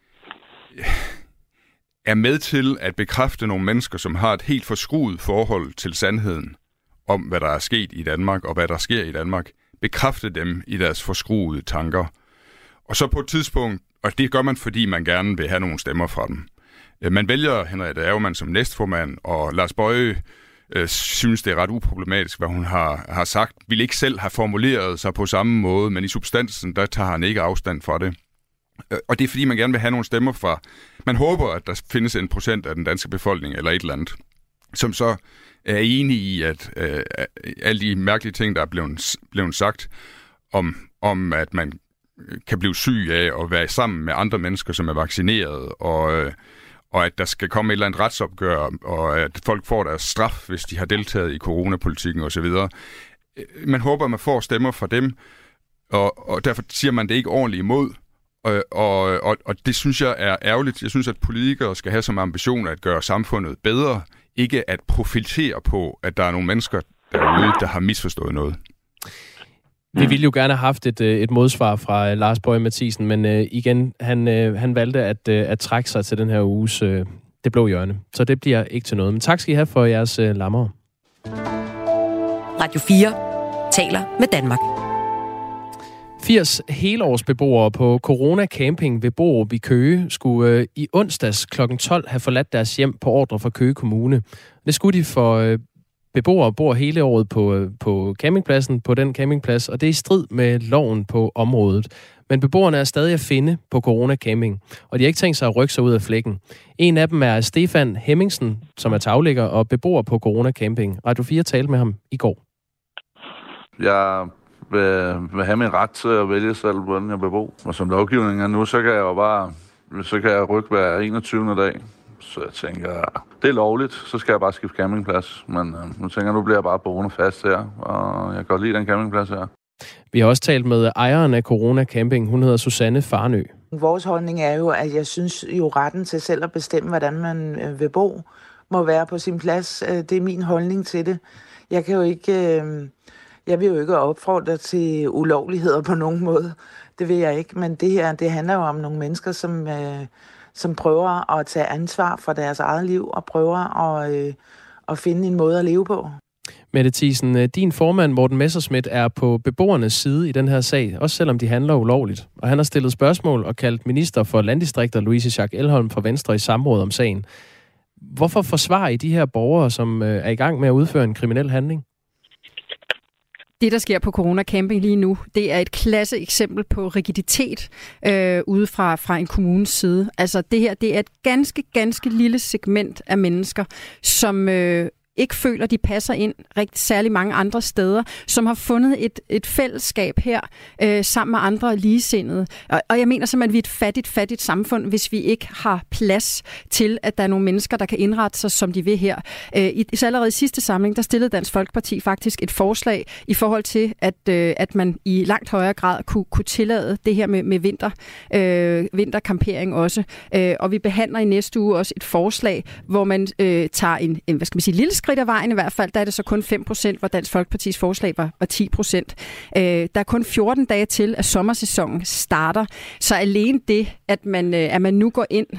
er med til at bekræfte nogle mennesker, som har et helt forskruet forhold til sandheden om, hvad der er sket i Danmark, og hvad der sker i Danmark. Bekræfte dem i deres forskruede tanker. Og så på et tidspunkt, og det gør man, fordi man gerne vil have nogle stemmer fra dem. Man vælger Henriette Aumann som næstformand, og Lars Boje synes, det er ret uproblematisk, hvad hun har sagt. Vil ikke selv have formuleret sig på samme måde, men i substansen, der tager han ikke afstand fra det. Og det er, fordi man gerne vil have nogle stemmer fra. Man håber, at der findes 1% af den danske befolkning, eller et eller andet, som så er enige i, at alle de mærkelige ting, der er blevet sagt, om at man kan blive syg af at være sammen med andre mennesker, som er vaccineret, og at der skal komme et eller andet retsopgør, og at folk får deres straf, hvis de har deltaget i coronapolitikken osv. Man håber, at man får stemmer fra dem, og derfor siger man det ikke ordentligt imod, og det synes jeg er ærgerligt. Jeg synes, at politikere skal have som ambition at gøre samfundet bedre, ikke at profitere på, at der er nogle mennesker derude, der har misforstået noget. Vi ville jo gerne have haft et modsvar fra Lars Boje Mathiesen, men igen, han valgte at trække sig til den her uges Det Blå Hjørne. Så det bliver ikke til noget. Men tak skal I have for jeres lammer. Radio 4 taler med Danmark. 80 helårsbeboere på Corona Camping ved Borup i Køge skulle i onsdags kl. 12 have forladt deres hjem på ordre fra Køge Kommune. Det skulle de for beboere bor hele året på campingpladsen, på den campingplads, og det er i strid med loven på området. Men beboerne er stadig at finde på Corona Camping, og de har ikke tænkt sig at rykke sig ud af flækken. En af dem er Stefan Hemmingsen, som er tagligger og beboer på Corona Camping. Radio 4 talte med ham i går. Jeg vil have min ret til at vælge selv, hvordan jeg vil bo. Og som lovgivningen er nu, så kan jeg rykke hver 21. dag. Så jeg tænker, det er lovligt, så skal jeg bare skifte campingplads. Men nu tænker jeg, nu bliver jeg bare boende fast her, og jeg kan godt lide den campingplads her. Vi har også talt med ejeren af Corona Camping. Hun hedder Susanne Farnø. Vores holdning er jo, at jeg synes jo retten til selv at bestemme, hvordan man vil bo, må være på sin plads. Det er min holdning til det. Jeg kan jo ikke Jeg vil jo ikke opfordre til ulovligheder på nogen måde. Det vil jeg ikke, men det her, det handler jo om nogle mennesker, som prøver at tage ansvar for deres eget liv og prøver at finde en måde at leve på. Mette Thiesen, din formand Morten Messerschmidt er på beboernes side i den her sag, også selvom de handler ulovligt. Og han har stillet spørgsmål og kaldt minister for landdistrikter Louise Schack Elholm fra Venstre i samråd om sagen. Hvorfor forsvarer I de her borgere, som er i gang med at udføre en kriminel handling? Det, der sker på Corona Camping lige nu, det er et klasse eksempel på rigiditet ude fra en kommunes side. Altså det her, det er et ganske lille segment af mennesker, som ikke føler, de passer ind rigtig særlig mange andre steder, som har fundet et fællesskab her sammen med andre ligesindede. Og jeg mener simpelthen, at vi er et fattigt samfund, hvis vi ikke har plads til, at der er nogle mennesker, der kan indrette sig, som de vil her. Så allerede i sidste samling, der stillede Dansk Folkeparti faktisk et forslag i forhold til, at man i langt højere grad kunne tillade det her med vintercampering også. Og vi behandler i næste uge også et forslag, hvor man tager en lille skridt af vejen i hvert fald. Der er det så kun 5%, hvor Dansk Folkepartis forslag var 10%. Der er kun 14 dage til, at sommersæsonen starter. Så alene det, at man nu går ind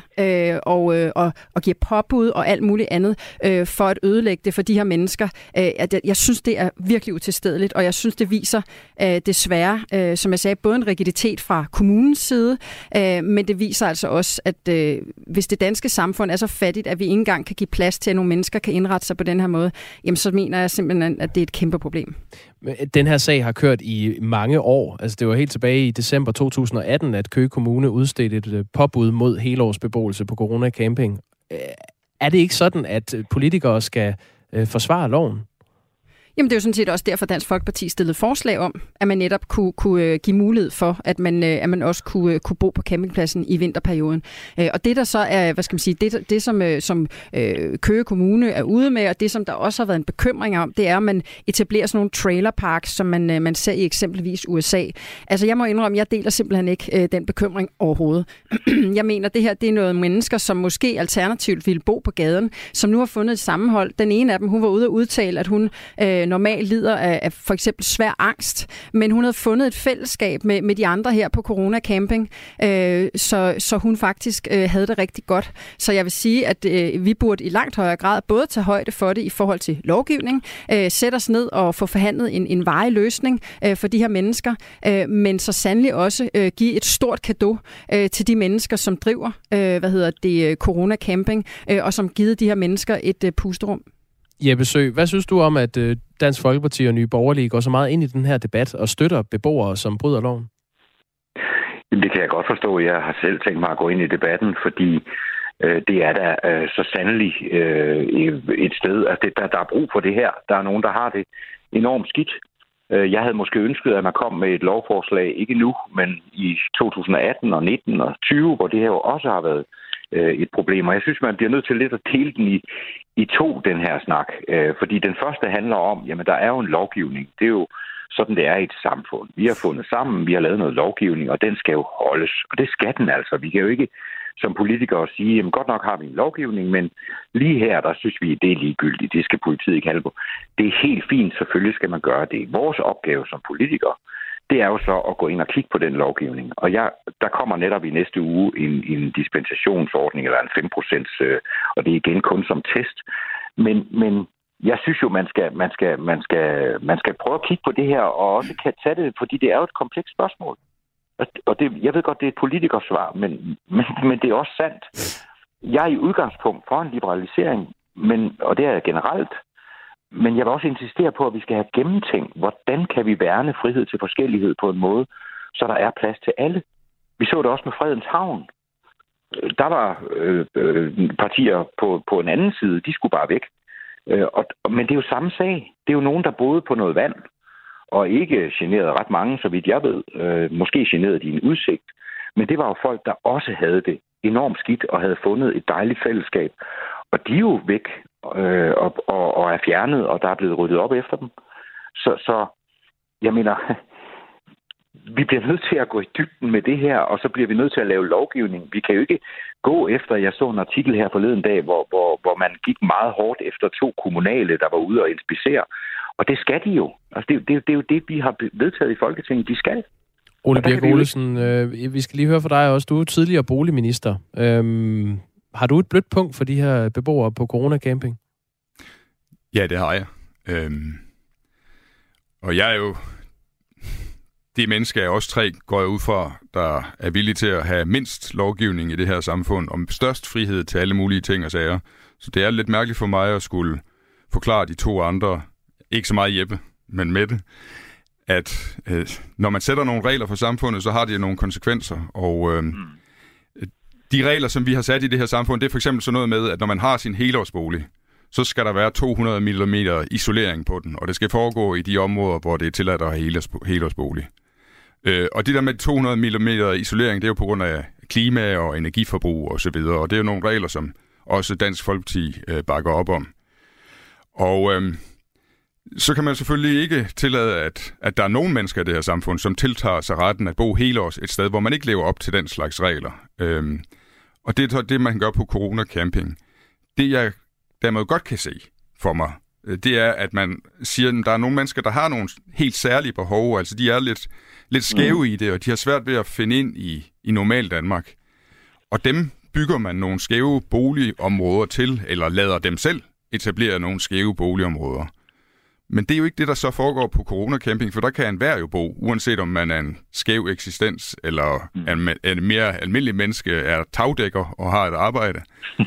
og giver påbud og alt muligt andet for at ødelægge det for de her mennesker, jeg synes, det er virkelig utilstedeligt, og jeg synes, det viser desværre, som jeg sagde, både en rigiditet fra kommunens side, men det viser altså også, at hvis det danske samfund er så fattigt, at vi ikke engang kan give plads til, at nogle mennesker kan indrette sig på den her måde, jamen så mener jeg simpelthen, at det er et kæmpe problem. Den her sag har kørt i mange år. Altså det var helt tilbage i december 2018, at Køge Kommune udstedte et påbud mod helårsbeboelse på Corona Camping. Er det ikke sådan, at politikere skal forsvare loven? Jamen det er jo sådan set også derfor, Dansk Folkeparti stillede forslag om, at man netop kunne give mulighed for, at man også kunne bo på campingpladsen i vinterperioden. Og det der så er, det som Køge Kommune er ude med, og det som der også har været en bekymring om, det er, at man etablerer sådan nogle trailerparks, som man ser i eksempelvis USA. Altså jeg må indrømme, jeg deler simpelthen ikke den bekymring overhovedet. Jeg mener, det her det er noget mennesker, som måske alternativt ville bo på gaden, som nu har fundet et sammenhold. Den ene af dem, hun var ude og udtale, at hun normalt lider af for eksempel svær angst, men hun havde fundet et fællesskab med de andre her på Corona Camping, så hun faktisk havde det rigtig godt. Så jeg vil sige, at vi burde i langt højere grad både tage højde for det i forhold til lovgivning, sætte os ned og få forhandlet en varig løsning for de her mennesker, men så sandelig også give et stort cadeau til de mennesker, som driver Corona Camping, og som giver de her mennesker et pusterum. Jeppe Søe, hvad synes du om, at Dansk Folkeparti og Nye Borgerlige går så meget ind i den her debat og støtter beboere, som bryder loven? Det kan jeg godt forstå. Jeg har selv tænkt mig at gå ind i debatten, fordi det er da så sandelig et sted, at der er brug for det her. Der er nogen, der har det enormt skidt. Jeg havde måske ønsket, at man kom med et lovforslag, ikke nu, men i 2018 og 19 og 20, hvor det her jo også har været et problem. Og jeg synes, man bliver nødt til lidt at dele den i to, den her snak. Fordi den første handler om, jamen der er jo en lovgivning. Det er jo sådan, det er i et samfund. Vi har fundet sammen, vi har lavet noget lovgivning, og den skal jo holdes. Og det skal den altså. Vi kan jo ikke som politikere sige, jamen godt nok har vi en lovgivning, men lige her, der synes vi, det er ligegyldigt. Det skal politiet ikke handle på. Det er helt fint, selvfølgelig skal man gøre det. Vores opgave som politikere, det er jo så at gå ind og kigge på den lovgivning. Og der kommer netop i næste uge en dispensationsordning, eller en 5%, og det er igen kun som test. Men jeg synes jo, man skal prøve at kigge på det her, og også kan tage det, fordi det er jo et komplekst spørgsmål. Og det, jeg ved godt, det er et politikersvar, men det er også sandt. Jeg er i udgangspunkt for en liberalisering, og det er generelt. Men jeg vil også insistere på, at vi skal have gennemtænkt, hvordan kan vi værne frihed til forskellighed på en måde, så der er plads til alle. Vi så det også med Fredens Havn. Der var partier på en anden side, de skulle bare væk. Men det er jo samme sag. Det er jo nogen, der boede på noget vand, og ikke generede ret mange, så vidt jeg ved. Måske generede de en udsigt. Men det var jo folk, der også havde det enormt skidt, og havde fundet et dejligt fællesskab. Og de er jo væk og er fjernet, og der er blevet ryddet op efter dem. Så jeg mener, vi bliver nødt til at gå i dybden med det her, og så bliver vi nødt til at lave lovgivning. Vi kan jo ikke gå efter, jeg så en artikel her forleden dag, hvor man gik meget hårdt efter 2 kommunale, der var ude og inspicere. Og det skal de jo. Altså, det er jo det, vi har vedtaget i Folketinget, de skal. Ole Birk Olesen, vi skal lige høre fra dig også. Du er tidligere boligminister. Har du et blødt punkt for de her beboere på Corona Camping? Ja, det har jeg. Og jeg er jo det menneske af os tre, går jeg ud fra, der er villige til at have mindst lovgivning i det her samfund, om størst frihed til alle mulige ting og sager. Så det er lidt mærkeligt for mig at skulle forklare de to andre, ikke så meget Jeppe, men Mette, at når man sætter nogle regler for samfundet, så har det nogle konsekvenser. Og de regler, som vi har sat i det her samfund, det er for eksempel sådan noget med, at når man har sin helårsbolig, så skal der være 200 mm isolering på den, og det skal foregå i de områder, hvor det er tilladt at have helårsbolig. Og det der med 200 mm isolering, det er jo på grund af klima og energiforbrug og så videre, og det er jo nogle regler, som også Dansk Folkeparti bakker op om. Og så kan man selvfølgelig ikke tillade, at der er nogen mennesker i det her samfund, som tiltager sig retten at bo helårs et sted, hvor man ikke lever op til den slags regler. Og det er det, man gør på Corona Camping. Det jeg dermed godt kan se for mig, det er, at man siger, at der er nogle mennesker, der har nogle helt særlige behov, altså de er lidt skæve i det, og de har svært ved at finde ind i normal Danmark. Og dem bygger man nogle skæve boligområder til, eller lader dem selv etablere nogle skæve boligområder. Men det er jo ikke det, der så foregår på Corona Camping, for der kan enhver jo bo, uanset om man er en skæv eksistens, eller en mere almindelig menneske, er tagdækker og har et arbejde.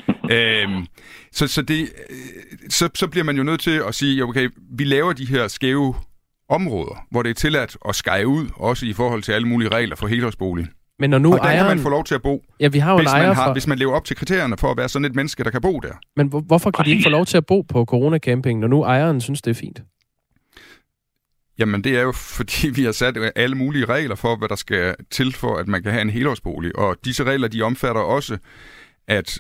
Så bliver man jo nødt til at sige, okay, vi laver de her skæve områder, hvor det er tilladt at skære ud, også i forhold til alle mulige regler for helårsbolig. Men når nu og der kan man få lov til at bo, ja, vi har jo hvis man lever op til kriterierne for at være sådan et menneske, der kan bo der. Men hvorfor kan de ikke få lov til at bo på Corona Camping, når nu ejeren synes, det er fint? Jamen, det er jo, fordi vi har sat alle mulige regler for, hvad der skal til for, at man kan have en helårsbolig. Og disse regler, de omfatter også, at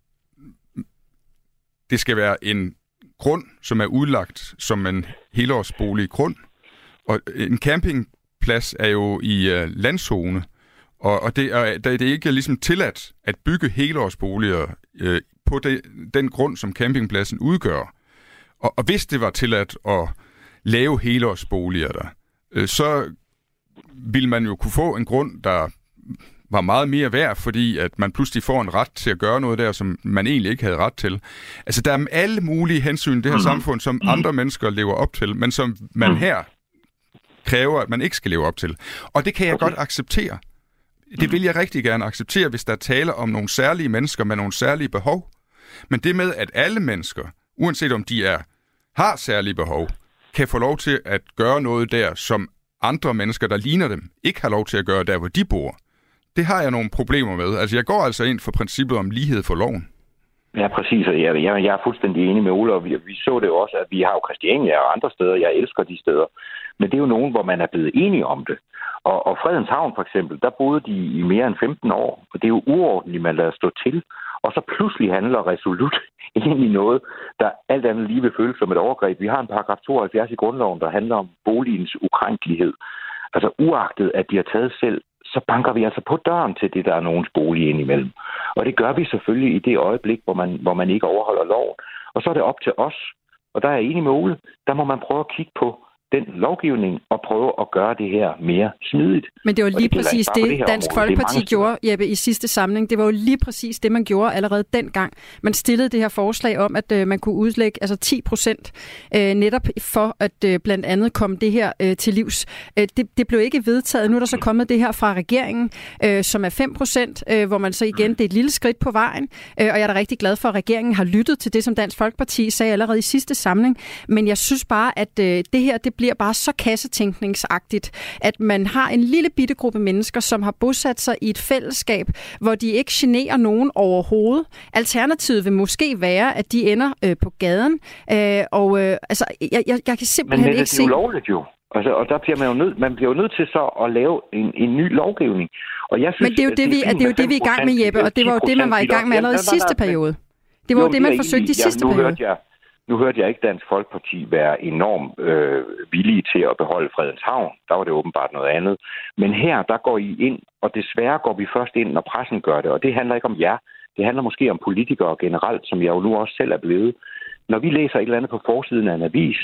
det skal være en grund, som er udlagt som en helårsbolig grund. Og en campingplads er jo i landzone, og det er ikke ligesom tilladt at bygge helårsboliger på den grund, som campingpladsen udgør. Og hvis det var tilladt at lave helårsboliger der, så ville man jo kunne få en grund, der var meget mere værd, fordi at man pludselig får en ret til at gøre noget der, som man egentlig ikke havde ret til. Altså, der er alle mulige hensyn i det her samfund, som andre mennesker lever op til, men som man her kræver, at man ikke skal leve op til. Og det kan jeg godt acceptere. Det vil jeg rigtig gerne acceptere, hvis der taler om nogle særlige mennesker med nogle særlige behov. Men det med, at alle mennesker, uanset om de har særlige behov, kan få lov til at gøre noget der, som andre mennesker, der ligner dem, ikke har lov til at gøre der, hvor de bor. Det har jeg nogle problemer med. Altså, jeg går altså ind for princippet om lighed for loven. Ja, præcis. Jeg er fuldstændig enig med Ole, og vi så det jo også, at vi har jo Christiania og andre steder. Jeg elsker de steder. Men det er jo nogen, hvor man er blevet enige om det. Og Fredens Havn for eksempel, der boede de i mere end 15 år. Og det er jo uordentligt, man lader stå til. Og så pludselig handler Resolut ind i noget, der alt andet lige vil føles som et overgreb. Vi har en paragraf 72 i grundloven, der handler om boligens ukrænkelighed. Altså uagtet, at de har taget selv, så banker vi altså på døren til det, der er nogens bolig indimellem. Og det gør vi selvfølgelig i det øjeblik, hvor man ikke overholder loven. Og så er det op til os, og der er jeg enig med Ole, der må man prøve at kigge på den lovgivning og prøve at gøre det her mere smidigt. Men det var lige præcis det, Dansk Folkeparti gjorde, Jeppe, i sidste samling. Det var jo lige præcis det, man gjorde allerede dengang. Man stillede det her forslag om, at man kunne udlægge 10% netop for at blandt andet komme det her til livs. Det blev ikke vedtaget. Nu er der så kommet det her fra regeringen, som er 5%, hvor man så igen, det er et lille skridt på vejen. Og jeg er da rigtig glad for, at regeringen har lyttet til det, som Dansk Folkeparti sagde allerede i sidste samling. Men jeg synes bare, at det her, det bliver bare så kassetænkningsagtigt, at man har en lille bitte gruppe mennesker, som har bosat sig i et fællesskab, hvor de ikke generer nogen overhovedet. Alternativet vil måske være, at de ender på gaden. Jeg kan simpelthen ikke se... Men det er ulovligt jo. Altså, og der bliver man bliver jo nødt til så at lave en ny lovgivning. Og jeg synes, men det er jo det, vi er i gang med, Jeppe, og det var jo det, man var i gang med allerede i sidste periode. Det var jo det, man forsøgte i sidste periode. Nu hørte jeg ikke Dansk Folkeparti være enormt villige til at beholde Fredens Havn. Der var det åbenbart noget andet. Men her, der går I ind, og desværre går vi først ind, når pressen gør det. Og det handler ikke om jer. Det handler måske om politikere generelt, som jeg jo nu også selv er blevet. Når vi læser et eller andet på forsiden af en avis,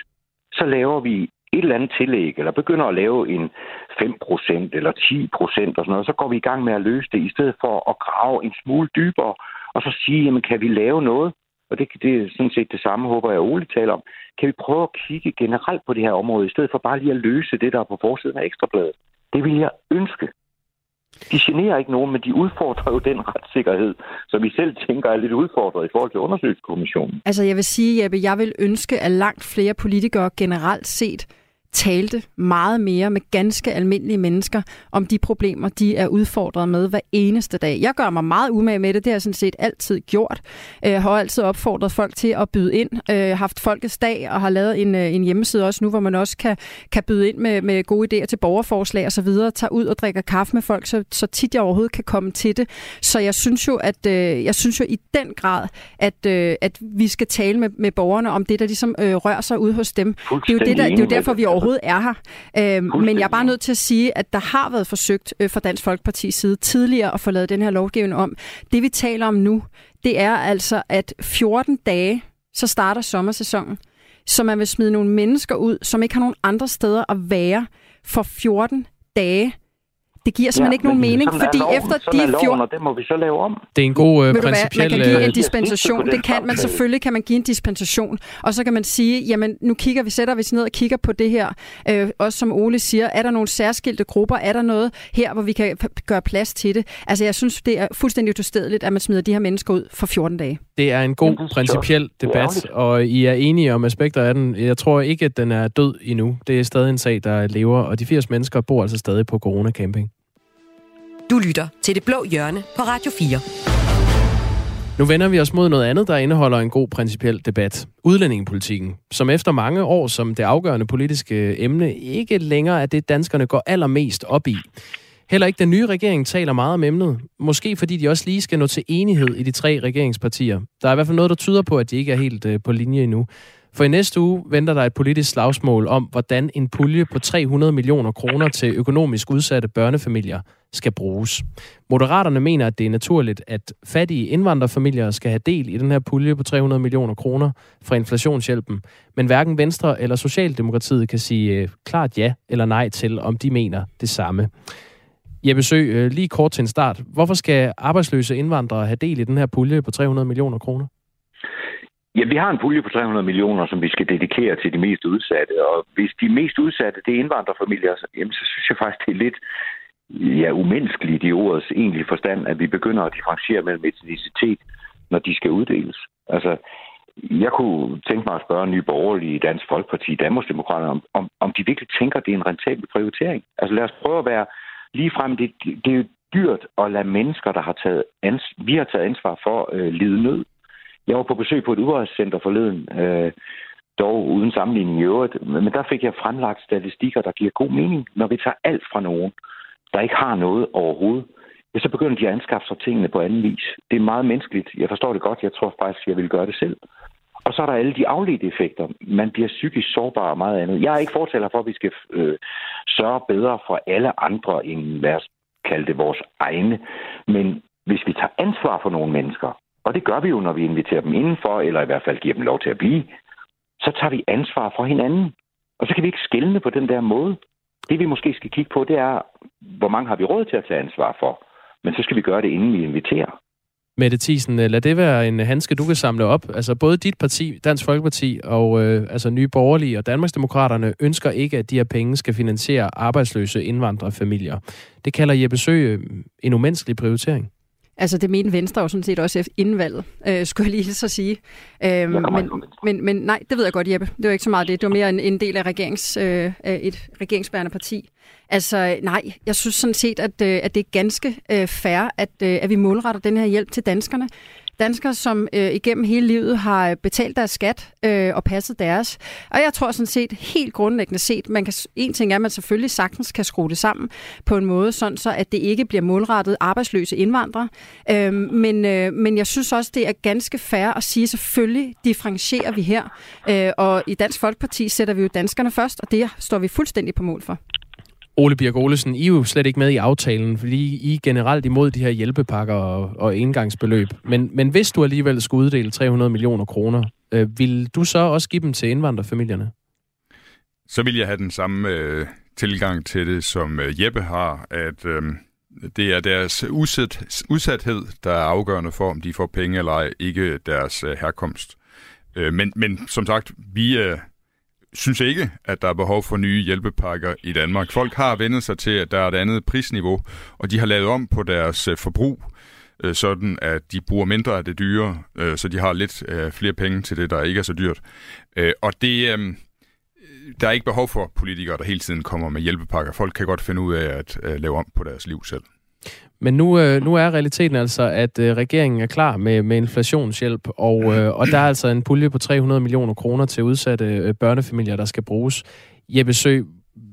så laver vi et eller andet tillæg, eller begynder at lave en 5% eller 10% og sådan noget, så går vi i gang med at løse det, i stedet for at grave en smule dybere, og så sige, jamen kan vi lave noget? Og det er sådan set det samme, håber jeg, Ole taler om. Kan vi prøve at kigge generelt på det her område, i stedet for bare lige at løse det, der er på forsiden af Ekstrabladet? Det vil jeg ønske. De generer ikke nogen, men de udfordrer jo den retssikkerhed, som vi selv tænker er lidt udfordret i forhold til undersøgelseskommissionen. Altså jeg vil sige, Jeppe, jeg vil ønske, at langt flere politikere generelt set talte meget mere med ganske almindelige mennesker om de problemer, de er udfordret med hver eneste dag. Jeg gør mig meget umage med det, det har jeg sådan set altid gjort. Jeg har altid opfordret folk til at byde ind, haft Folkets Dag og har lavet en hjemmeside også nu, hvor man også kan byde ind med gode idéer til borgerforslag og så videre, tage ud og drikke kaffe med folk, så tit jeg overhovedet kan komme til det. Så jeg synes jo i den grad, at vi skal tale med borgerne om det, der ligesom rører sig ud hos dem. Det er jo derfor, vi overhovedet er her. Men jeg er bare nødt til at sige, at der har været forsøgt fra Dansk Folkepartis side tidligere at få lavet den her lovgivning om. Det vi taler om nu, det er altså, at 14 dage, så starter sommersæsonen. Så man vil smide nogle mennesker ud, som ikke har nogen andre steder at være for 14 dage. Det giver simpelthen ikke nogen mening, fordi efter de 14... det må vi så lave om. Det er en god principiel... Man kan give en dispensation. Det kan man selvfølgelig, kan man give en dispensation. Og så kan man sige, jamen nu sætter vi os ned og kigger på det her. Også som Ole siger, er der nogle særskilte grupper? Er der noget her, hvor vi kan gøre plads til det? Altså jeg synes, det er fuldstændig utilstedeligt, at man smider de her mennesker ud for 14 dage. Det er en god principiel debat, og I er enige om aspekter af den. Jeg tror ikke, at den er død endnu. Det er stadig en sag, der lever, og de 80 mennesker bor altså stadig på Corona Camping. Du lytter til Det Blå Hjørne på Radio 4. Nu vender vi os mod noget andet, der indeholder en god principiel debat. Udlændingepolitikken, som efter mange år som det afgørende politiske emne, ikke længere er det, danskerne går allermest op i. Heller ikke den nye regering taler meget om emnet. Måske fordi de også lige skal nå til enighed i de 3 regeringspartier. Der er i hvert fald noget, der tyder på, at de ikke er helt på linje endnu. For i næste uge venter der et politisk slagsmål om, hvordan en pulje på 300 millioner kroner til økonomisk udsatte børnefamilier skal bruges. Moderaterne mener, at det er naturligt, at fattige indvandrerfamilier skal have del i den her pulje på 300 millioner kroner fra inflationshjælpen. Men hverken Venstre eller Socialdemokratiet kan sige klart ja eller nej til, om de mener det samme. Jeppe Søe, lige kort til en start. Hvorfor skal arbejdsløse indvandrere have del i den her pulje på 300 millioner kroner? Ja, vi har en pulje på 300 millioner, som vi skal dedikere til de mest udsatte. Og hvis de mest udsatte, det er indvandrerfamilier, så synes jeg faktisk, det er lidt umenneskeligt i ordets egentlige forstand, at vi begynder at differentiere mellem etnicitet, når de skal uddeles. Altså, jeg kunne tænke mig at spørge Nye Borgerlige, Dansk Folkeparti, Danmarksdemokraterne, om de virkelig tænker, at det er en rentabel prioritering. Altså lad os prøve at være ligefrem. Det er jo dyrt at lade mennesker, der har vi har taget ansvar for, lide nød. Jeg var på besøg på et udrejsecenter forleden, dog uden sammenligning i øvrigt, men der fik jeg fremlagt statistikker, der giver god mening. Når vi tager alt fra nogen, der ikke har noget overhovedet, så begynder de at anskaffe sig tingene på anden vis. Det er meget menneskeligt. Jeg forstår det godt. Jeg tror faktisk, jeg vil gøre det selv. Og så er der alle de afledte effekter. Man bliver psykisk sårbar og meget andet. Jeg er ikke fortæller for, at vi skal sørge bedre for alle andre, end lad os kalde det vores egne. Men hvis vi tager ansvar for nogle mennesker, og det gør vi jo, når vi inviterer dem indenfor, eller i hvert fald giver dem lov til at blive, så tager vi ansvar for hinanden. Og så kan vi ikke skelne på den der måde. Det vi måske skal kigge på, det er, hvor mange har vi råd til at tage ansvar for. Men så skal vi gøre det, inden vi inviterer. Mette Thiesen, lad det være en handske, du kan samle op. Altså både dit parti, Dansk Folkeparti og Nye Borgerlige og Danmarksdemokraterne ønsker ikke, at de her penge skal finansiere arbejdsløse indvandrerfamilier. Det kalder Jeppe Søe en umenneskelig prioritering. Altså det mente Venstre jo sådan set også inden valget, skulle jeg lige så sige. Men nej, det ved jeg godt, Jeppe. Det var ikke så meget det. Det var mere en del af et regeringsbærende parti. Altså nej, jeg synes sådan set, at det er ganske fair, at vi målretter den her hjælp til danskerne. Danskere, som igennem hele livet har betalt deres skat og passet deres. Og jeg tror sådan set, helt grundlæggende set, en ting er, at man selvfølgelig sagtens kan skrue det sammen på en måde, sådan så at det ikke bliver målrettet arbejdsløse indvandrere. Men jeg synes også, det er ganske fair at sige, selvfølgelig differentierer vi her. Og i Dansk Folkeparti sætter vi jo danskerne først, og det står vi fuldstændig på mål for. Ole Birk Olesen, I er jo slet ikke med i aftalen, fordi I er generelt imod de her hjælpepakker og engangsbeløb. Men hvis du alligevel skulle uddele 300 millioner kroner, vil du så også give dem til indvandrerfamilierne? så vil jeg have den samme tilgang til det, som Jeppe har, at det er deres udsathed, der er afgørende for, om de får penge eller ej, ikke deres herkomst. Men som sagt, vi synes ikke, at der er behov for nye hjælpepakker i Danmark. Folk har vendt sig til, at der er et andet prisniveau, og de har lavet om på deres forbrug, sådan at de bruger mindre af det dyre, så de har lidt flere penge til det, der ikke er så dyrt. Og det, der er ikke behov for politikere, der hele tiden kommer med hjælpepakker. Folk kan godt finde ud af at lave om på deres liv selv. Men nu er realiteten altså, at regeringen er klar med inflationshjælp, og der er altså en pulje på 300 millioner kroner til udsatte børnefamilier, der skal bruges. Jeppe Søe,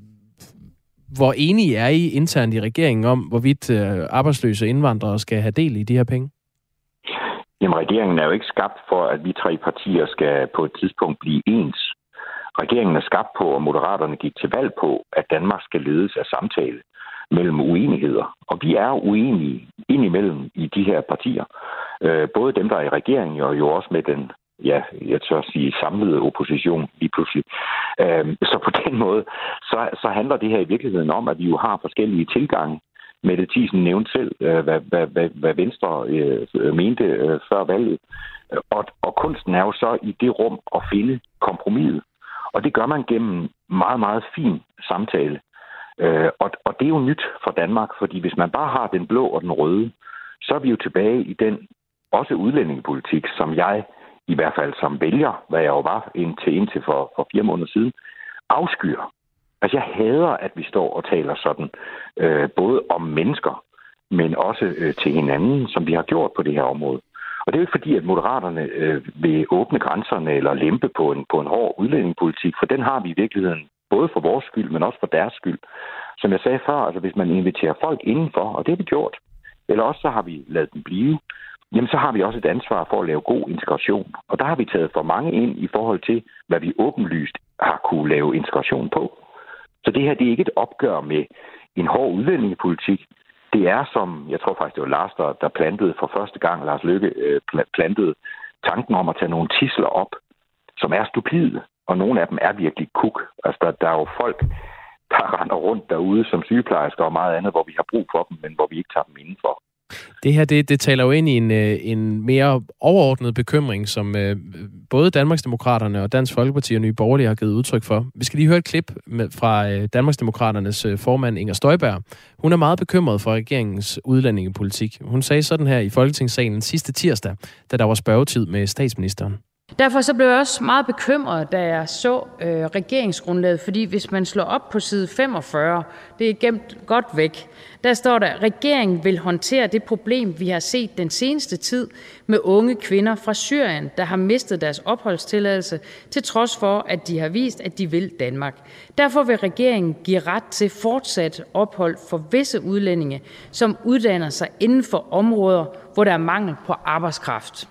hvor enige er I internt i regeringen om, hvorvidt arbejdsløse indvandrere skal have del i de her penge? Jamen, regeringen er jo ikke skabt for, at vi 3 partier skal på et tidspunkt blive ens. Regeringen er skabt på, og Moderaterne gik til valg på, at Danmark skal ledes af samtale mellem uenigheder. Og vi er uenige indimellem i de her partier. Både dem, der er i regeringen, og jo også med den, jeg tør sige, samlede opposition lige pludselig. Så på den måde, så handler det her i virkeligheden om, at vi jo har forskellige tilgange. Mette Thiesen nævnte selv, hvad Venstre mente før valget. Og kunsten er jo så i det rum at finde kompromiset. Og det gør man gennem meget, meget fin samtale. Og det er jo nyt for Danmark, fordi hvis man bare har den blå og den røde, så er vi jo tilbage i den også udlændingepolitik, som jeg i hvert fald som vælger, hvad jeg jo var indtil for 4 måneder siden, afskyer. Altså jeg hader, at vi står og taler sådan, både om mennesker, men også til hinanden, som vi har gjort på det her område. Og det er jo ikke fordi, at Moderaterne vil åbne grænserne eller lempe på en hård udlændingepolitik, for den har vi i virkeligheden både for vores skyld, men også for deres skyld. Som jeg sagde før, altså hvis man inviterer folk indenfor, og det har vi gjort, eller også så har vi ladet dem blive, jamen så har vi også et ansvar for at lave god integration. Og der har vi taget for mange ind i forhold til, hvad vi åbenlyst har kunne lave integration på. Så det her, det er ikke et opgør med en hård udlændingepolitik. Det er som, jeg tror faktisk, det var Lars, der plantede for første gang, Lars Løkke plantede tanken om at tage nogle tidsler op, som er stupide. Og nogle af dem er virkelig kuk. Altså, der er jo folk, der render rundt derude som sygeplejersker og meget andet, hvor vi har brug for dem, men hvor vi ikke tager dem indenfor. Det her, det taler jo ind i en mere overordnet bekymring, som både Danmarksdemokraterne og Dansk Folkeparti og Nye Borgerlige har givet udtryk for. Vi skal lige høre et klip fra Danmarksdemokraternes formand Inger Støjberg. Hun er meget bekymret for regeringens udlændingepolitik. Hun sagde sådan her i Folketingssalen sidste tirsdag, da der var spørgetid med statsministeren. Derfor så blev jeg også meget bekymret, da jeg så regeringsgrundlaget, fordi hvis man slår op på side 45, det er gemt godt væk, der står der, regeringen vil håndtere det problem, vi har set den seneste tid med unge kvinder fra Syrien, der har mistet deres opholdstilladelse, til trods for, at de har vist, at de vil Danmark. Derfor vil regeringen give ret til fortsat ophold for visse udlændinge, som uddanner sig inden for områder, hvor der er mangel på arbejdskraft.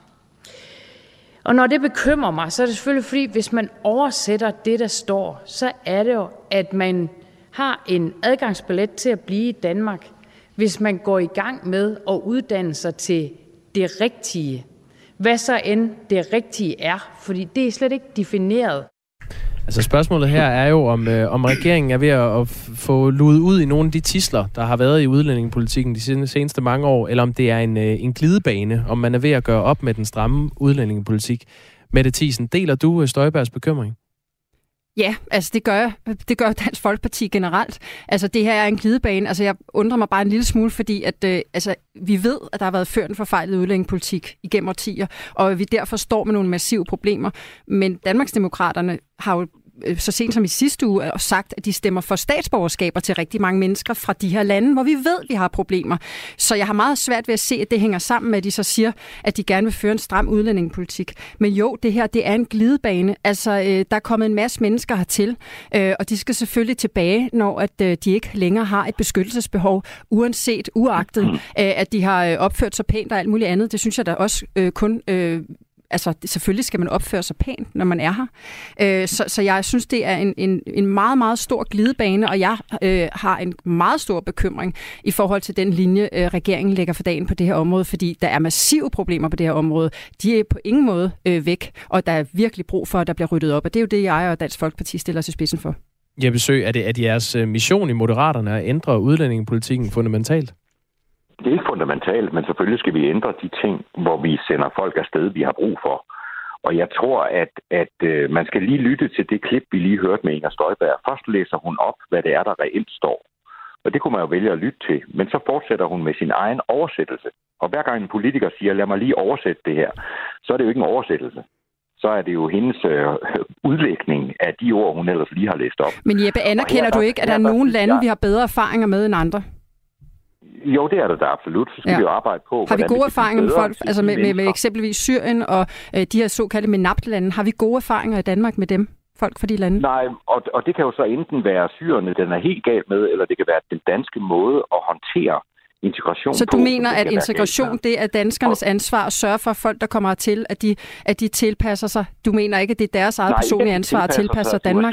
Og når det bekymrer mig, så er det selvfølgelig fordi, hvis man oversætter det, der står, så er det jo, at man har en adgangsbillet til at blive i Danmark, hvis man går i gang med at uddanne sig til det rigtige. Hvad så end det rigtige er, fordi det er slet ikke defineret. Altså spørgsmålet her er jo, om regeringen er ved at få luet ud i nogle af de tidsler, der har været i udlændingepolitikken de seneste mange år, eller om det er en glidebane, om man er ved at gøre op med den stramme udlændingepolitik. Mette Thiesen, deler du Støjbergs bekymring? Ja, altså det gør Dansk Folkeparti generelt. Altså det her er en glidebane. Altså jeg undrer mig bare en lille smule, fordi at vi ved, at der har været ført en forfejlet udlændingepolitik igennem årtier, og vi derfor står med nogle massive problemer. Men Danmarksdemokraterne har jo så sent som i sidste uge sagt, at de stemmer for statsborgerskaber til rigtig mange mennesker fra de her lande, hvor vi ved, at vi har problemer. Så jeg har meget svært ved at se, at det hænger sammen med, at de så siger, at de gerne vil føre en stram udlændingepolitik. Men jo, det her, det er en glidebane. Altså, der er kommet en masse mennesker hertil, og de skal selvfølgelig tilbage, når at de ikke længere har et beskyttelsesbehov, uagtet, at de har opført sig pænt og alt muligt andet. Det synes jeg da også kun... Altså, selvfølgelig skal man opføre sig pænt, når man er her. Så jeg synes, det er en meget, meget stor glidebane, og jeg har en meget stor bekymring i forhold til den linje, regeringen lægger for dagen på det her område, fordi der er massive problemer på det her område. De er på ingen måde væk, og der er virkelig brug for, at der bliver ryddet op, og det er jo det, jeg og Dansk Folkeparti stiller os i spidsen for. Jeppe Søe, er det jeres mission i Moderaterne at ændre udlændingepolitikken fundamentalt? Det er ikke fundamentalt, men selvfølgelig skal vi ændre de ting, hvor vi sender folk afsted, vi har brug for. Og jeg tror, at man skal lige lytte til det klip, vi lige hørte med Inger Støjberg. Først læser hun op, hvad det er, der reelt står. Og det kunne man jo vælge at lytte til. Men så fortsætter hun med sin egen oversættelse. Og hver gang en politiker siger, lad mig lige oversætte det her, så er det jo ikke en oversættelse. Så er det jo hendes udlægning af de ord, hun ellers lige har læst op. Men Jeppe, anerkender du ikke, at der er nogle lande, vi har bedre erfaringer med end andre? Jo, det er det da absolut. Så skal vi jo arbejde på. Har vi gode erfaringer med folk, altså med eksempelvis Syrien og de her såkaldte MENAPT-lande? Har vi gode erfaringer i Danmark med dem? Folk fra de lande? Nej, og det kan jo så enten være syrerne, den er helt galt med, eller det kan være den danske måde at håndtere integration. Så du mener, at integration, det er danskernes ansvar at sørge for folk, der kommer til, at de tilpasser sig? Du mener ikke, at det er deres eget personlige ansvar at tilpasse sig Danmark?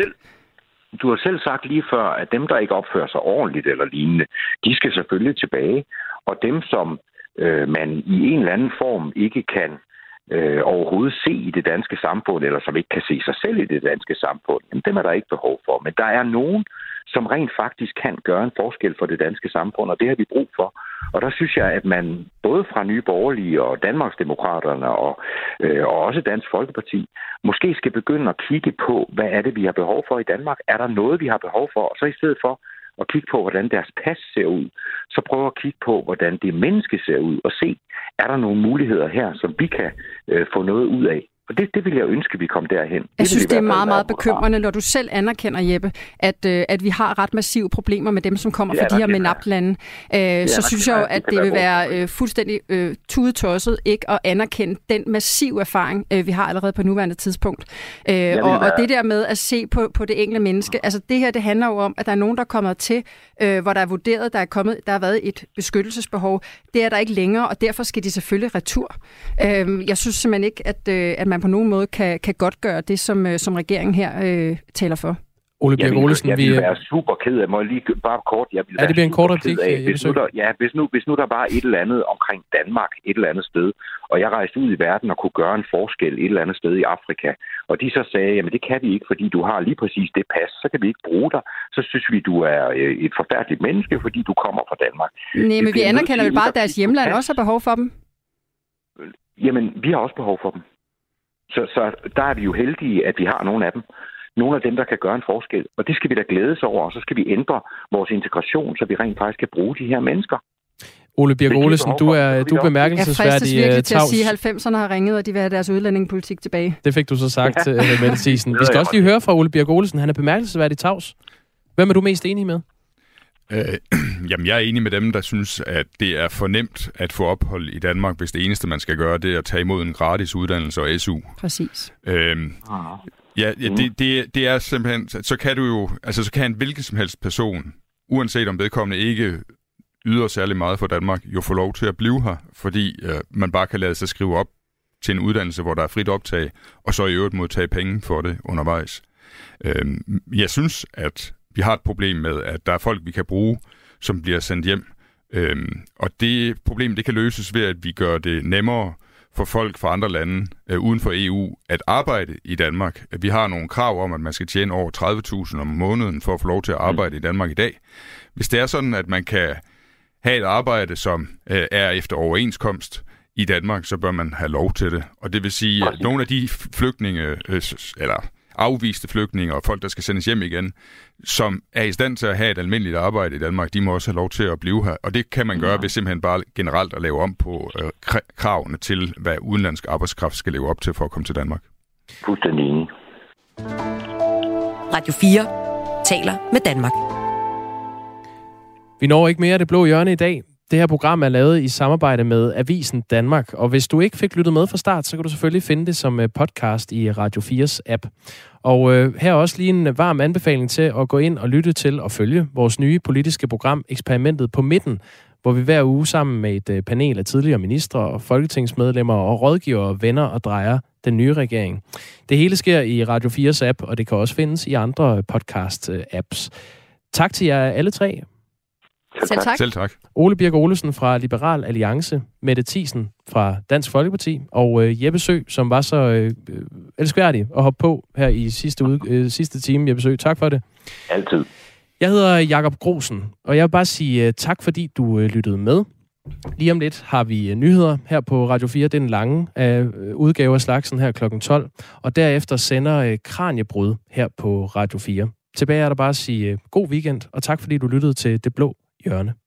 Du har selv sagt lige før, at dem, der ikke opfører sig ordentligt eller lignende, de skal selvfølgelig tilbage. Og dem, som man i en eller anden form ikke kan overhovedet se i det danske samfund, eller som ikke kan se sig selv i det danske samfund, jamen, dem er der ikke behov for. Men der er nogen, som rent faktisk kan gøre en forskel for det danske samfund, og det har vi brug for. Og der synes jeg, at man både fra Nye Borgerlige og Danmarksdemokraterne og også Dansk Folkeparti måske skal begynde at kigge på, hvad er det, vi har behov for i Danmark? Er der noget, vi har behov for? Og så i stedet for at kigge på, hvordan deres pas ser ud, så prøve at kigge på, hvordan det menneske ser ud, og se, er der nogle muligheder her, som vi kan få noget ud af? Og det vil jeg ønske, vi kom derhen. Jeg synes, det er meget, meget bekymrende, når du selv anerkender, Jeppe, at vi har ret massive problemer med dem, som kommer fra de her MENAPT-lande. Så synes jeg jo, at det vil være fuldstændig tudetosset ikke at anerkende den massive erfaring, vi har allerede på nuværende tidspunkt. Og det der med at se på det enkelte menneske, altså det her, det handler jo om, at der er nogen, der kommer til, hvor der er vurderet, der har været et beskyttelsesbehov. Det er der ikke længere, og derfor skal de selvfølgelig retur. Jeg synes simpelthen ikke, at man på nogen måde kan godtgøre det, som regeringen her taler for. Ole Birk Olesen, jeg vil være super ked af, må jeg lige bare kort, jeg vil det bliver en kort replik. Hvis nu der bare et eller andet omkring Danmark, et eller andet sted, og jeg rejste ud i verden og kunne gøre en forskel et eller andet sted i Afrika, og de så sagde, jamen det kan vi ikke, fordi du har lige præcis det pas, så kan vi ikke bruge dig, så synes vi, du er et forfærdeligt menneske, fordi du kommer fra Danmark. Nej, men vi anerkender vel bare, at deres hjemland også har behov for dem? Jamen, vi har også behov for dem. Så der er vi jo heldige, at vi har nogle af dem. Nogle af dem, der kan gøre en forskel. Og det skal vi da glædes over, og så skal vi ændre vores integration, så vi rent faktisk kan bruge de her mennesker. Ole Birk Olesen, du er bemærkelsesværdig tavs. Jeg fristes virkelig til at sige, at 90'erne har ringet, og de vil have deres udlændingepolitik tilbage. Det fik du så sagt, Mette Thiesen. Vi skal også lige høre fra Ole Birk Olesen. Han er bemærkelsesværdig tavs. Hvem er du mest enig med? Jamen, jeg er enig med dem, der synes, at det er for nemt at få ophold i Danmark, hvis det eneste, man skal gøre, det er at tage imod en gratis uddannelse og SU. Præcis. Det er simpelthen, så kan du jo, altså så kan en hvilken som helst person, uanset om vedkommende ikke yder særlig meget for Danmark, jo få lov til at blive her, fordi man bare kan lade sig skrive op til en uddannelse, hvor der er frit optag, og så i øvrigt modtage penge for det undervejs. Jeg synes, at vi har et problem med, at der er folk, vi kan bruge, som bliver sendt hjem. Og det problem, det kan løses ved, at vi gør det nemmere for folk fra andre lande uden for EU at arbejde i Danmark. Vi har nogle krav om, at man skal tjene over 30.000 om måneden for at få lov til at arbejde i Danmark i dag. Hvis det er sådan, at man kan have et arbejde, som er efter overenskomst i Danmark, så bør man have lov til det. Og det vil sige, at nogle af de flygtninge, eller afviste flygtninge og folk, der skal sendes hjem igen, som er i stand til at have et almindeligt arbejde i Danmark, de må også have lov til at blive her. Og det kan man gøre ved simpelthen bare generelt at lave om på kravene til, hvad udenlandsk arbejdskraft skal leve op til for at komme til Danmark. Fuldstændig enig. Radio 4 taler med Danmark. Vi når ikke mere af Det Blå Hjørne i dag. Det her program er lavet i samarbejde med Avisen Danmark, og hvis du ikke fik lyttet med fra start, så kan du selvfølgelig finde det som podcast i Radio 4's app. Og her er også lige en varm anbefaling til at gå ind og lytte til og følge vores nye politiske program, Eksperimentet på midten, hvor vi hver uge sammen med et panel af tidligere ministre og folketingsmedlemmer og rådgivere vender og drejer den nye regering. Det hele sker i Radio 4's app, og det kan også findes i andre podcast-apps. Tak til jer alle tre. Selv tak. Selv tak. Ole Birk Olesen fra Liberal Alliance, Mette Thiesen fra Dansk Folkeparti og Jeppe Søe, som var så elskværdig at hoppe på her i sidste time. Jeppe Søe, tak for det. Altid. Jeg hedder Jakob Grosen, og jeg vil bare sige tak, fordi du lyttede med. Lige om lidt har vi nyheder her på Radio 4. Det er den lange udgave af slagsen her kl. 12. Og derefter sender Kraniebrud her på Radio 4. Tilbage er der bare at sige god weekend, og tak fordi du lyttede til Det Blå Hjørne.